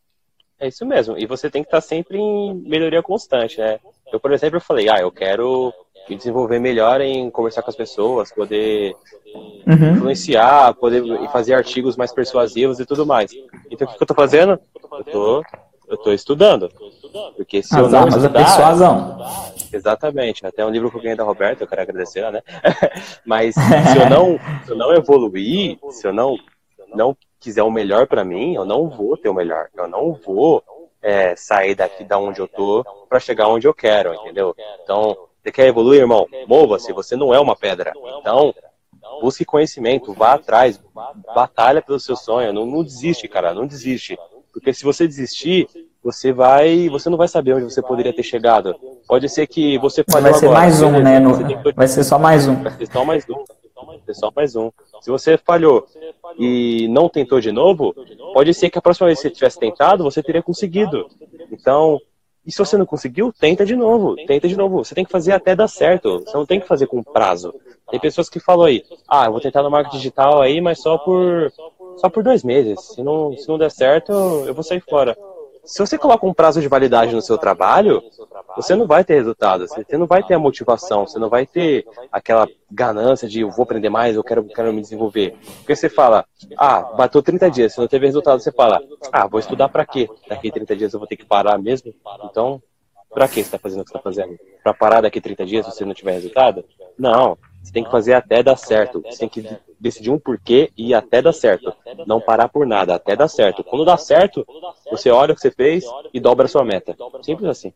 S2: É isso mesmo. E você tem que estar sempre em melhoria constante, né? Eu, por exemplo, falei, eu quero me desenvolver melhor em conversar com as pessoas, poder influenciar, poder fazer artigos mais persuasivos e tudo mais. Então, o que eu estou fazendo? Eu tô estudando. Porque se eu não
S1: mas
S2: estudar...
S1: a persuasão.
S2: Exatamente. Até um livro que eu ganhei da Roberta, eu quero agradecer ela, né? Mas se eu não evoluir, se eu não quiser o melhor para mim, eu não vou ter o melhor. Eu não vou sair daqui da onde eu tô para chegar onde eu quero, entendeu? Então, você quer evoluir, irmão? Mova-se, você não é uma pedra. Então, busque conhecimento, vá atrás, batalha pelo seu sonho. Não desiste, cara, não desiste. Porque se você desistir, você não vai saber onde você poderia ter chegado. Pode ser que você falhou
S1: agora. Vai ser mais um, né? Vai ser só mais um.
S2: Vai ser só mais um. Vai ser só mais um. Se você falhou e não tentou de novo, pode ser que a próxima vez que você tivesse tentado, você teria conseguido. Então, e se você não conseguiu, tenta de novo. Tenta de novo. Você tem que fazer até dar certo. Você não tem que fazer com prazo. Tem pessoas que falam aí, eu vou tentar no marketing digital aí, mas só por 2 meses. Se não der certo, eu vou sair fora. Se você coloca um prazo de validade no seu trabalho, você não vai ter resultado, você não vai ter a motivação, você não vai ter aquela ganância de eu vou aprender mais, eu quero me desenvolver. Porque você fala, bateu 30 dias, se não teve resultado, você fala, vou estudar pra quê? Daqui 30 dias eu vou ter que parar mesmo? Então, pra que você está fazendo o que você está fazendo? Pra parar daqui 30 dias se você não tiver resultado? Não, você tem que fazer até dar certo, você tem que decidir um porquê e ir até dar certo. Não parar por nada, até dar certo. Quando dá certo, você olha o que você fez e dobra a sua meta. Simples assim.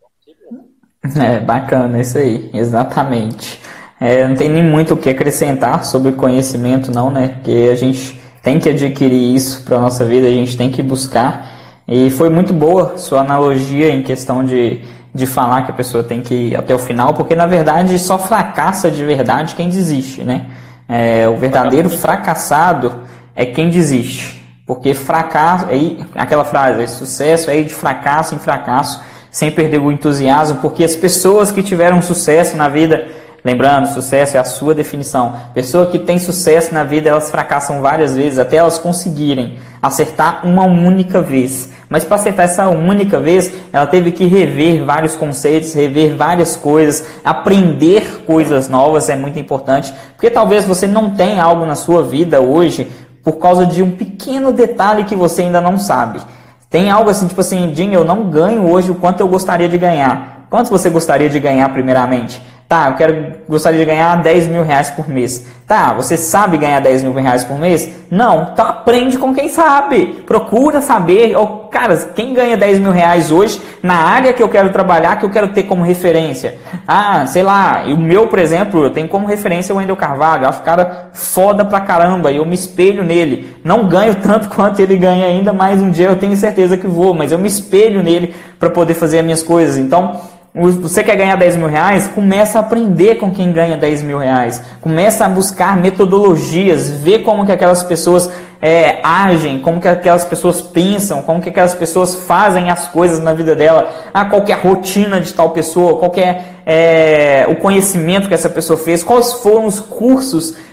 S1: Bacana, isso aí, exatamente. Não tem nem muito o que acrescentar sobre conhecimento não, né? Porque a gente tem que adquirir isso para a nossa vida, a gente tem que buscar. E foi muito boa sua analogia em questão de falar que a pessoa tem que ir até o final, porque na verdade só fracassa de verdade quem desiste, né? O verdadeiro fracassado é quem desiste, porque fracasso, aquela frase, sucesso é ir de fracasso em fracasso, sem perder o entusiasmo, porque as pessoas que tiveram sucesso na vida, lembrando, sucesso é a sua definição, pessoa que tem sucesso na vida, elas fracassam várias vezes, até elas conseguirem acertar uma única vez. Mas para acertar essa única vez, ela teve que rever vários conceitos, rever várias coisas, aprender coisas novas é muito importante, porque talvez você não tenha algo na sua vida hoje por causa de um pequeno detalhe que você ainda não sabe. Tem algo assim, tipo assim, Jim, eu não ganho hoje o quanto eu gostaria de ganhar. Quanto você gostaria de ganhar primeiramente? Gostaria de ganhar 10 mil reais por mês. Você sabe ganhar 10 mil reais por mês? Não, então aprende com quem sabe. Procura saber. Cara, quem ganha 10 mil reais hoje na área que eu quero trabalhar, que eu quero ter como referência? Sei lá, o meu, por exemplo, eu tenho como referência o Wendel Carvalho. Eu acho o cara foda pra caramba e eu me espelho nele. Não ganho tanto quanto ele ganha ainda, mas um dia eu tenho certeza que vou. Mas eu me espelho nele para poder fazer as minhas coisas. Então, você quer ganhar 10 mil reais? Começa a aprender com quem ganha 10 mil reais. Começa a buscar metodologias, ver como que aquelas pessoas agem, como que aquelas pessoas pensam, como que aquelas pessoas fazem as coisas na vida dela. Qual que é a rotina de tal pessoa, qual que é o conhecimento que essa pessoa fez, quais foram os cursos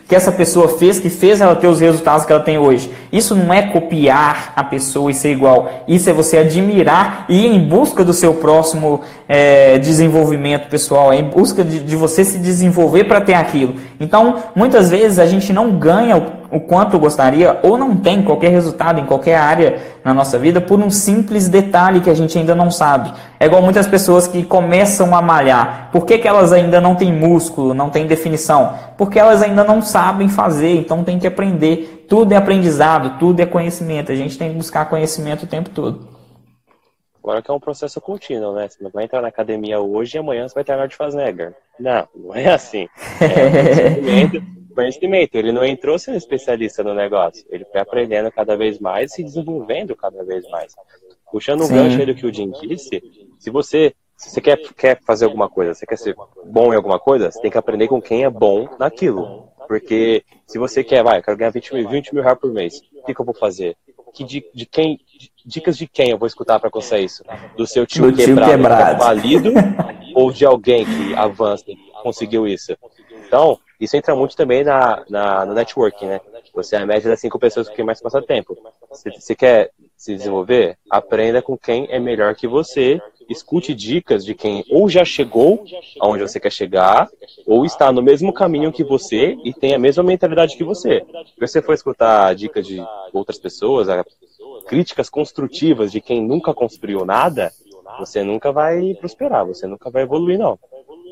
S1: que essa pessoa fez, que fez ela ter os resultados que ela tem hoje. Isso não é copiar a pessoa e ser igual. Isso é você admirar e ir em busca do seu próximo desenvolvimento pessoal, é em busca de você se desenvolver para ter aquilo. Então, muitas vezes a gente não ganha o quanto gostaria ou não tem qualquer resultado em qualquer área na nossa vida por um simples detalhe que a gente ainda não sabe. É igual muitas pessoas que começam a malhar. Por que elas ainda não têm músculo, não têm definição? Porque elas ainda não sabem fazer, então tem que aprender. Tudo é aprendizado, tudo é conhecimento. A gente tem que buscar conhecimento o tempo todo.
S2: Agora que é um processo contínuo, né? Você não vai entrar na academia hoje e amanhã você vai ter Arnold Schwarzenegger. Não, não é assim. Conhecimento. Ele não entrou sendo especialista no negócio. Ele foi aprendendo cada vez mais e se desenvolvendo cada vez mais. Puxando um gancho aí do que o Jim disse, se você quer fazer alguma coisa, você quer ser bom em alguma coisa, você tem que aprender com quem é bom naquilo. Porque se você quer, eu quero ganhar 20 mil reais por mês, o que eu vou fazer? Dicas de quem eu vou escutar para conseguir isso? Do seu tio quebrado. Falido ou de alguém que avança e conseguiu isso? Então, isso entra muito também no networking, né? Você é a média das 5 pessoas com quem mais passa tempo. Você quer se desenvolver? Aprenda com quem é melhor que você. Escute dicas de quem ou já chegou aonde você quer chegar, ou está no mesmo caminho que você e tem a mesma mentalidade que você. Se você for escutar dicas de outras pessoas, críticas construtivas de quem nunca construiu nada, você nunca vai prosperar, você nunca vai evoluir, não.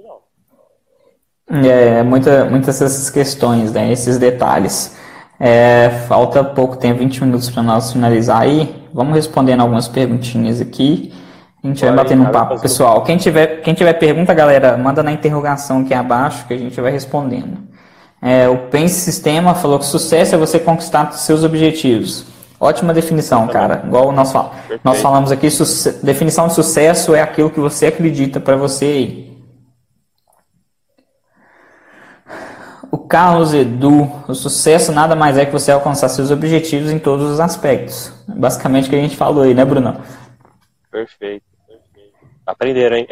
S1: Muitas dessas questões, né, esses detalhes. Falta pouco tempo, 20 minutos para nós finalizar aí. Vamos respondendo algumas perguntinhas aqui. A gente vai batendo um papo, pessoal. Quem tiver pergunta, galera, manda na interrogação aqui abaixo que a gente vai respondendo. O Pense Sistema falou que sucesso é você conquistar seus objetivos. Ótima definição, cara. Igual nós falamos aqui, definição de sucesso é aquilo que você acredita para você aí. O Carlos Edu, o sucesso nada mais é que você alcançar seus objetivos em todos os aspectos. Basicamente o que a gente falou aí, né, Bruno?
S2: Perfeito. Aprenderam, hein?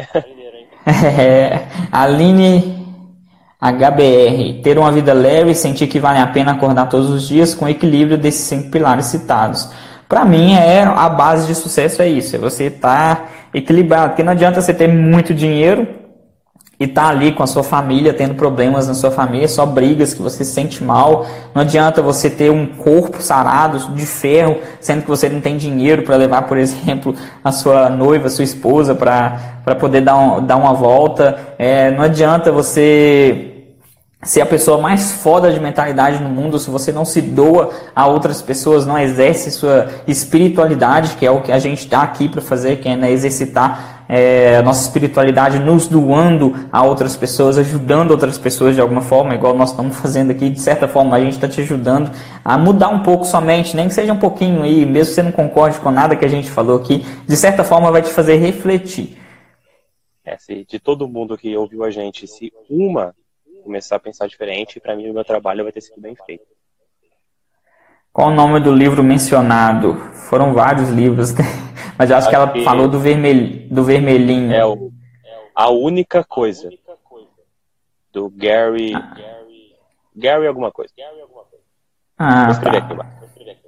S1: Aline HBR, ter uma vida leve e sentir que vale a pena acordar todos os dias com equilíbrio desses 5 pilares citados. Para mim, a base de sucesso é isso, é você estar equilibrado, porque não adianta você ter muito dinheiro e tá ali com a sua família, tendo problemas na sua família, só brigas que você se sente mal. Não adianta você ter um corpo sarado de ferro, sendo que você não tem dinheiro para levar, por exemplo, a sua noiva, a sua esposa para poder dar uma volta. Não adianta você ser a pessoa mais foda de mentalidade no mundo se você não se doa a outras pessoas, não exerce sua espiritualidade, que é o que a gente está aqui para fazer, que é exercitar a nossa espiritualidade nos doando a outras pessoas, ajudando outras pessoas de alguma forma, igual nós estamos fazendo aqui. De certa forma a gente está te ajudando a mudar um pouco sua mente, nem que seja um pouquinho aí, mesmo que você não concorde com nada que a gente falou aqui, de certa forma vai te fazer refletir.
S2: Se de todo mundo que ouviu a gente, se uma começar a pensar diferente, para mim o meu trabalho vai ter sido bem feito.
S1: Qual o nome do livro mencionado? Foram vários livros, mas eu acho que ela falou do vermelhinho.
S2: A Única Coisa, do Gary... Gary alguma coisa. Vou escrever aqui embaixo.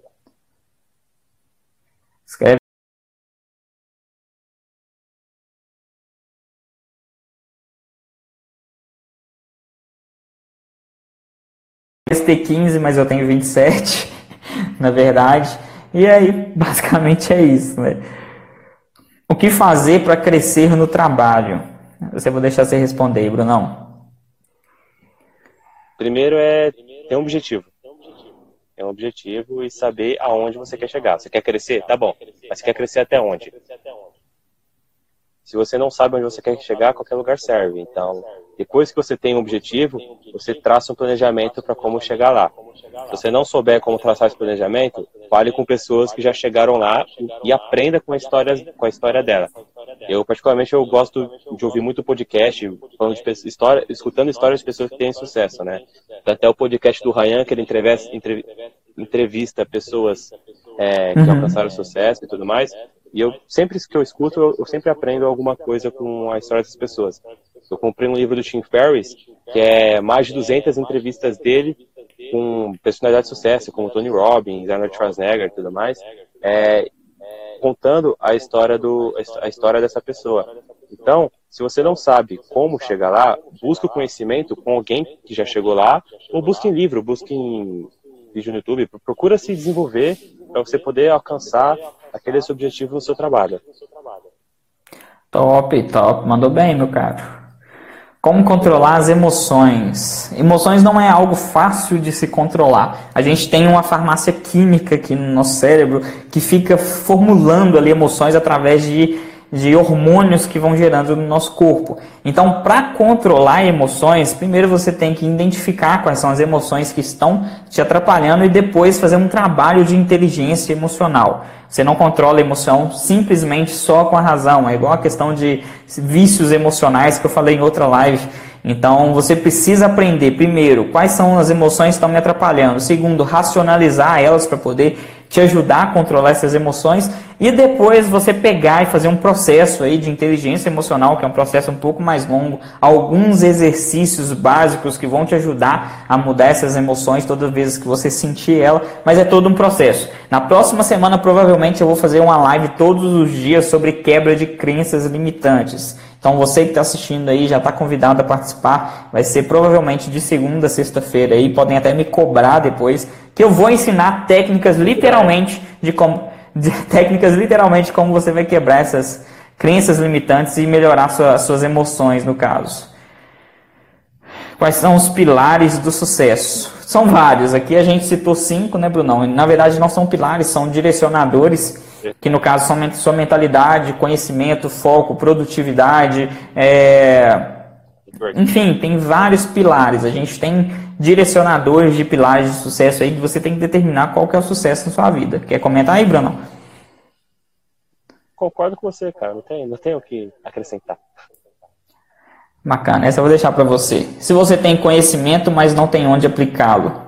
S1: Escreve. Ter 15, mas eu tenho 27, na verdade. E aí, basicamente é isso, né? O que fazer para crescer no trabalho? Vou deixar você responder aí, Brunão.
S2: Primeiro é ter um objetivo. Ter um objetivo e saber aonde você quer chegar. Você quer crescer? Tá bom. Mas você quer crescer até onde? Se você não sabe onde você quer chegar, qualquer lugar serve. Então, depois que você tem um objetivo, você traça um planejamento para como chegar lá. Se você não souber como traçar esse planejamento, fale com pessoas que já chegaram lá e aprenda com a história dela. Eu, particularmente, eu gosto de ouvir muito podcast, falando de escutando histórias de pessoas que têm sucesso, né? Até o podcast do Ryan, que ele entrevista pessoas que alcançaram sucesso e tudo mais. E sempre que eu escuto, eu sempre aprendo alguma coisa com a história das pessoas. Eu comprei um livro do Tim Ferriss, que é mais de 200 entrevistas dele com personalidades de sucesso, como Tony Robbins, Arnold Schwarzenegger e tudo mais, contando a história dessa pessoa. Então, se você não sabe como chegar lá, busque o conhecimento com alguém que já chegou lá, ou busque em livro, busque em vídeo no YouTube, procura se desenvolver para você poder alcançar aquele seu objetivo no seu trabalho.
S1: Top, top. Mandou bem, meu caro. Como controlar as emoções? Emoções não é algo fácil de se controlar. A gente tem uma farmácia química aqui no nosso cérebro que fica formulando ali emoções através de hormônios que vão gerando no nosso corpo. Então, para controlar emoções, primeiro você tem que identificar quais são as emoções que estão te atrapalhando e depois fazer um trabalho de inteligência emocional. Você não controla a emoção simplesmente só com a razão. É igual a questão de vícios emocionais que eu falei em outra live. Então, você precisa aprender, primeiro, quais são as emoções que estão me atrapalhando. Segundo, racionalizar elas para poder te ajudar a controlar essas emoções. E depois você pegar e fazer um processo aí de inteligência emocional, que é um processo um pouco mais longo. Alguns exercícios básicos que vão te ajudar a mudar essas emoções todas as vezes que você sentir ela. Mas é todo um processo. Na próxima semana, provavelmente, eu vou fazer uma live todos os dias sobre quebra de crenças limitantes. Então você que está assistindo aí já está convidado a participar. Vai ser provavelmente de segunda a sexta-feira aí. Podem até me cobrar depois, que eu vou ensinar técnicas literalmente como você vai quebrar essas crenças limitantes e melhorar suas emoções, no caso. Quais são os pilares do sucesso? São vários. Aqui a gente citou 5, né, Brunão? Na verdade não são pilares, são direcionadores, que no caso são sua mentalidade, conhecimento, foco, produtividade, enfim, tem vários pilares. A gente tem direcionadores de pilares de sucesso aí que você tem que determinar qual que é o sucesso na sua vida. Quer comentar aí, Bruno?
S2: Concordo com você, cara. Não tenho o que acrescentar.
S1: Bacana. Essa eu vou deixar para você. Se você tem conhecimento, mas não tem onde aplicá-lo.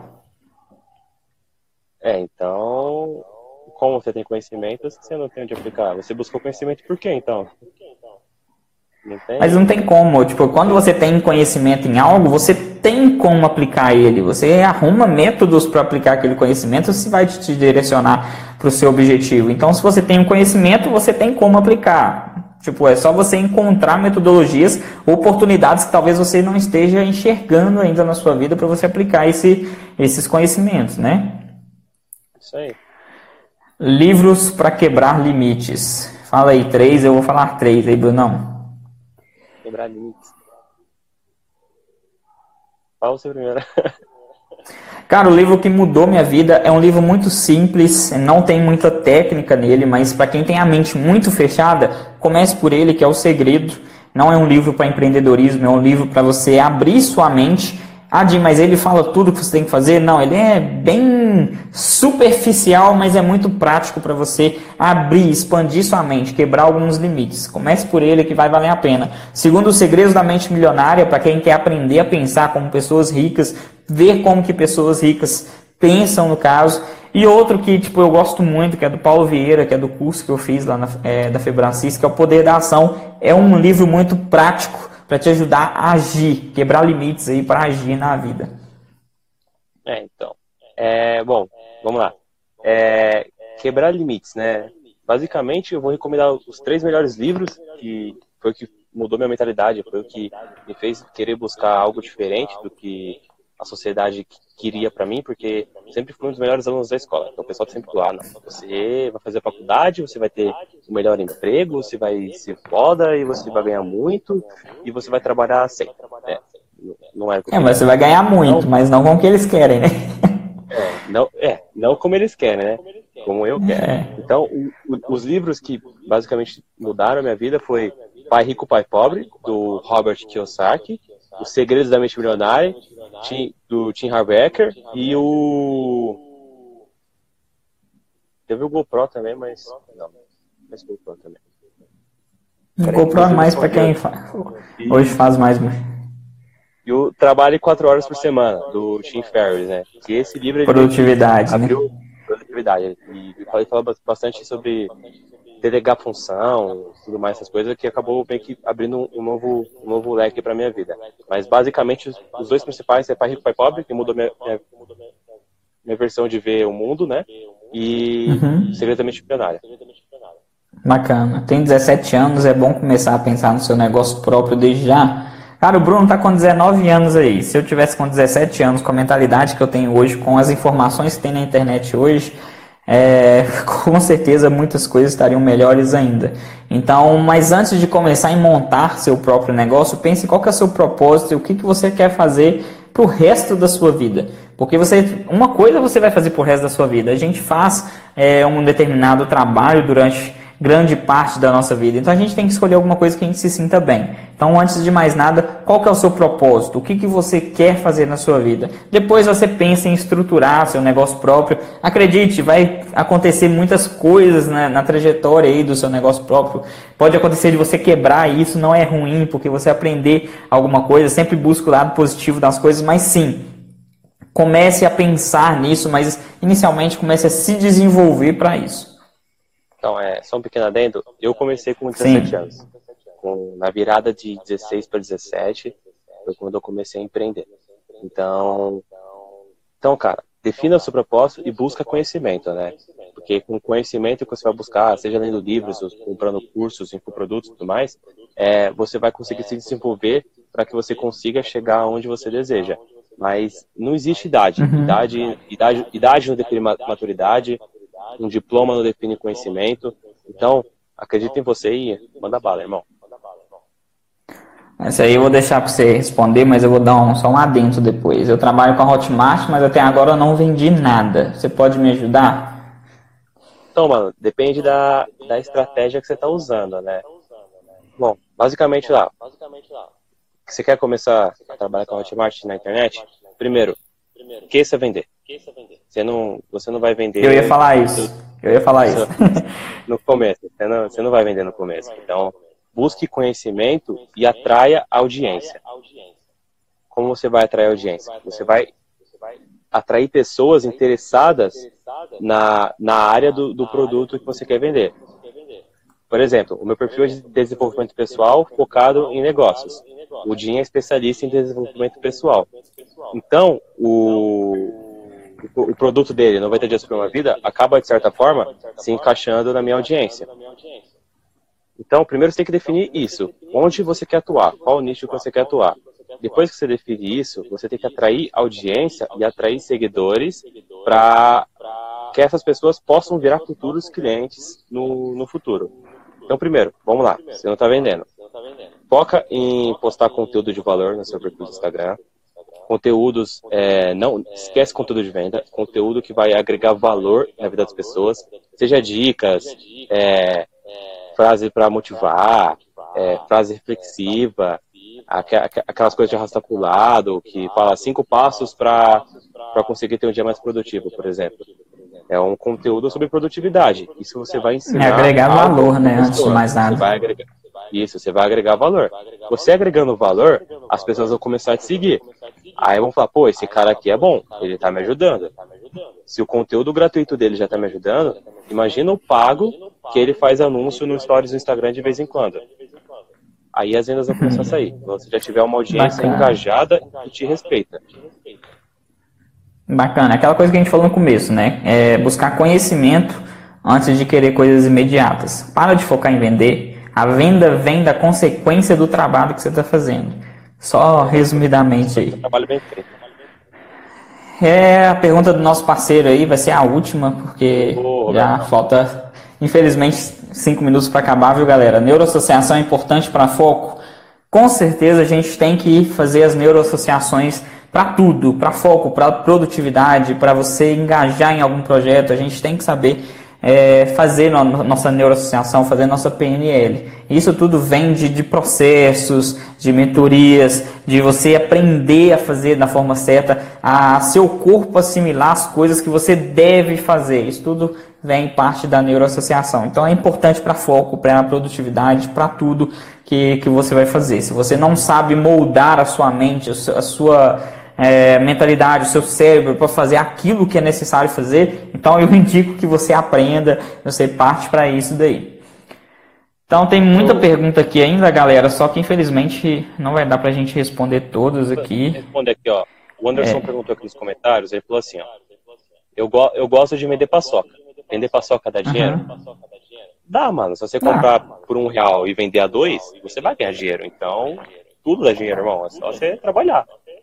S2: Então, como você tem conhecimento, você não tem onde aplicar. Você buscou conhecimento por quê, então?
S1: Mas não tem como, tipo, quando você tem conhecimento em algo, você tem como aplicar ele, você arruma métodos para aplicar aquele conhecimento, você vai te direcionar para o seu objetivo. Então, se você tem um conhecimento, você tem como aplicar. Tipo, é só você encontrar metodologias, oportunidades que talvez você não esteja enxergando ainda na sua vida para você aplicar esses conhecimentos, né?
S2: Isso aí.
S1: Livros para quebrar limites. Fala aí 3, eu vou falar 3 aí, Brunão.
S2: Quebrar limites. Fala você primeiro.
S1: Cara, o livro que mudou minha vida é um livro muito simples, não tem muita técnica nele, mas para quem tem a mente muito fechada, comece por ele, que é O Segredo. Não é um livro para empreendedorismo, é um livro para você abrir sua mente. Ah, Jim, mas ele fala tudo que você tem que fazer? Não, ele é bem superficial, mas é muito prático para você abrir, expandir sua mente, quebrar alguns limites. Comece por ele que vai valer a pena. Segundo, Os Segredos da Mente Milionária, para quem quer aprender a pensar como pessoas ricas, ver como que pessoas ricas pensam no caso. E outro que tipo, eu gosto muito, que é do Paulo Vieira, que é do curso que eu fiz lá da Febracis, que é O Poder da Ação. É um livro muito prático para te ajudar a agir, quebrar limites aí para agir na vida.
S2: Então. Bom, vamos lá. Quebrar limites, né? Basicamente, eu vou recomendar os 3 melhores livros, que foi o que mudou minha mentalidade, foi o que me fez querer buscar algo diferente do que a sociedade queria para mim, porque eu sempre fui um dos melhores alunos da escola. Então o pessoal sempre falou, não, você vai fazer a faculdade, você vai ter o melhor emprego, você vai ser foda e você vai ganhar muito e você vai trabalhar sempre. Não é
S1: mas você vai ganhar muito, mas não com o que eles querem, né?
S2: Não como eles querem, né? Como eu quero. Então, os livros que basicamente mudaram a minha vida foi Pai Rico, Pai Pobre, do Robert Kiyosaki, Os Segredos da Mente Milionária, do Tim Harbecker, e teve o GoPro também, mas não. Mas GoPro também.
S1: O GoPro é mais para quem hoje faz mais.
S2: E o Trabalhe 4 Horas por Semana, do Tim Ferriss, né? Que esse livro
S1: Produtividade,
S2: abriu produtividade. E fala bastante sobre delegar função, tudo mais, essas coisas, que acabou meio que abrindo um novo leque para minha vida. Mas basicamente os 2 principais é Pai Rico, Pai Pobre, que mudou minha versão de ver o mundo, né? E Secretamente Milionário.
S1: Bacana. Tem 17 anos, é bom começar a pensar no seu negócio próprio desde já. Cara, o Bruno tá com 19 anos aí. Se eu tivesse com 17 anos, com a mentalidade que eu tenho hoje, com as informações que tem na internet hoje, com certeza muitas coisas estariam melhores ainda. Então, mas antes de começar a montar seu próprio negócio, pense qual que é o seu propósito e o que você quer fazer pro resto da sua vida. Porque uma coisa você vai fazer pro resto da sua vida. A gente faz um determinado trabalho durante grande parte da nossa vida. Então a gente tem que escolher alguma coisa que a gente se sinta bem. Então, antes de mais nada, qual que é o seu propósito? O que você quer fazer na sua vida? Depois você pensa em estruturar seu negócio próprio. Acredite, vai acontecer muitas coisas na trajetória aí do seu negócio próprio. Pode acontecer de você quebrar, e isso não é ruim, porque você aprender alguma coisa, sempre busca o lado positivo das coisas, mas sim, comece a pensar nisso, mas inicialmente comece a se desenvolver para isso.
S2: Então, só um pequeno adendo, eu comecei com 17 anos. Na virada de 16 para 17, foi quando eu comecei a empreender. Então, cara, defina o seu propósito e busca conhecimento, né? Porque com conhecimento que você vai buscar, seja lendo livros, comprando cursos, infoprodutos e tudo mais, você vai conseguir se desenvolver para que você consiga chegar onde você deseja. Mas não existe idade. Idade não define maturidade. Um diploma não define conhecimento. Então, acredita em você e manda bala, irmão.
S1: Essa aí eu vou deixar para você responder, mas eu vou dar só um adendo depois. Eu trabalho com a Hotmart, mas até agora eu não vendi nada. Você pode me ajudar?
S2: Então, mano, depende da estratégia que você está usando, né? Bom, basicamente lá, você quer começar a trabalhar com a Hotmart na internet? Primeiro, esqueça vender. Você não vai vender...
S1: Eu ia falar isso.
S2: No começo. Você não vai vender no começo. Então, busque conhecimento e atraia audiência. Como você vai atrair audiência? Você vai atrair pessoas interessadas na área do produto que você quer vender. Por exemplo, o meu perfil é de desenvolvimento pessoal focado em negócios. O Dinho é especialista em desenvolvimento pessoal. Então, o produto dele, 90 dias para uma vida, acaba, de certa forma, se encaixando na minha audiência. Então, primeiro você tem que definir isso. Onde você quer atuar? Qual o nicho que você quer atuar? Depois que você define isso, você tem que atrair audiência e atrair seguidores para que essas pessoas possam virar futuros clientes no futuro. Então, primeiro, vamos lá. Você não está vendendo. Foca em postar conteúdo de valor no seu perfil do Instagram. Conteúdos, não esquece conteúdo de venda, conteúdo que vai agregar valor na vida das pessoas, seja dicas, frase para motivar, frase reflexiva, aquelas coisas de arrastar para o lado, que fala 5 passos para conseguir ter um dia mais produtivo, por exemplo. É um conteúdo sobre produtividade. Isso você vai ensinar.
S1: Agregar valor, né? Antes de mais nada.
S2: Você vai agregar valor. Você agregando valor, as pessoas vão começar a te seguir. Aí vão falar, pô, esse cara aqui é bom, ele tá me ajudando. Se o conteúdo gratuito dele já tá me ajudando, imagina o pago que ele faz anúncio no Stories do Instagram de vez em quando. Aí as vendas vão começar a sair. Quando você já tiver uma audiência engajada e te respeita.
S1: Bacana. Aquela coisa que a gente falou no começo, né? Buscar conhecimento antes de querer coisas imediatas. Para de focar em vender. A venda vem da consequência do trabalho que você está fazendo. Só resumidamente aí.
S2: Trabalho bem feito.
S1: A pergunta do nosso parceiro aí vai ser a última, porque já falta, infelizmente, 5 minutos para acabar, viu, galera? Neuroassociação é importante para foco? Com certeza a gente tem que fazer as neuroassociações para tudo, para foco, para produtividade, para você engajar em algum projeto. A gente tem que saber fazer nossa neuroassociação, fazer nossa PNL. Isso tudo vem de processos, de mentorias, de você aprender a fazer da forma certa, a seu corpo assimilar as coisas que você deve fazer. Isso tudo vem parte da neuroassociação. Então é importante para foco, para produtividade, para tudo que você vai fazer. Se você não sabe moldar a sua mente, a sua mentalidade, o seu cérebro para fazer aquilo que é necessário fazer, então eu indico que você aprenda, você parte para isso daí. Então tem muita pergunta aqui ainda, galera, só que infelizmente não vai dar para a gente responder todas aqui.
S2: Responder aqui, ó. O Anderson perguntou aqui nos comentários, ele falou assim, ó. eu gosto de vender paçoca. Vender paçoca dá dinheiro? Dá, mano. Se você comprar por R$1 e vender a 2, você vai ganhar dinheiro. Então, tudo dá dinheiro, irmão. É só você trabalhar.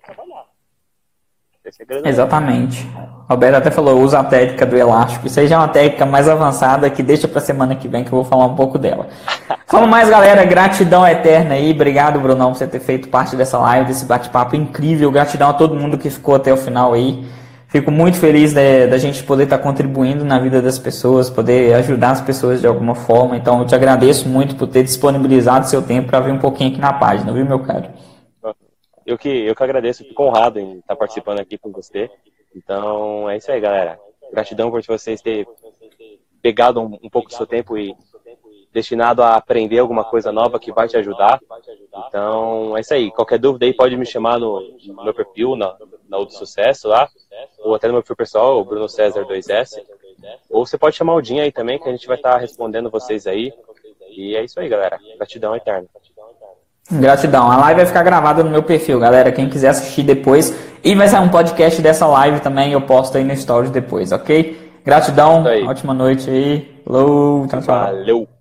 S1: Exatamente. Roberto até falou, usa a técnica do elástico. Isso aí já é uma técnica mais avançada que deixa pra semana que vem que eu vou falar um pouco dela. Fala mais, galera. Gratidão eterna aí. Obrigado, Brunão, por você ter feito parte dessa live, desse bate-papo incrível. Gratidão a todo mundo que ficou até o final aí. Fico muito feliz da gente poder estar contribuindo na vida das pessoas, poder ajudar as pessoas de alguma forma. Então, eu te agradeço muito por ter disponibilizado seu tempo para vir um pouquinho aqui na página, viu, meu caro?
S2: Eu que agradeço, fico honrado em estar participando aqui com você. Então, é isso aí, galera. Gratidão por vocês terem pegado um pouco do seu tempo e destinado a aprender alguma coisa nova que vai te ajudar. Então, é isso aí. Qualquer dúvida aí pode me chamar no meu perfil, na do Sucesso lá, ou até no meu perfil pessoal, o Bruno César 2S. Ou você pode chamar o Dinho aí também, que a gente vai estar respondendo vocês aí. E é isso aí, galera. Gratidão eterna.
S1: Gratidão. A live vai ficar gravada no meu perfil, galera. Quem quiser assistir depois. E vai sair um podcast dessa live também. Eu posto aí no Stories depois, ok? Gratidão. Ótima noite aí. Falou. Tchau, tchau.
S2: Valeu.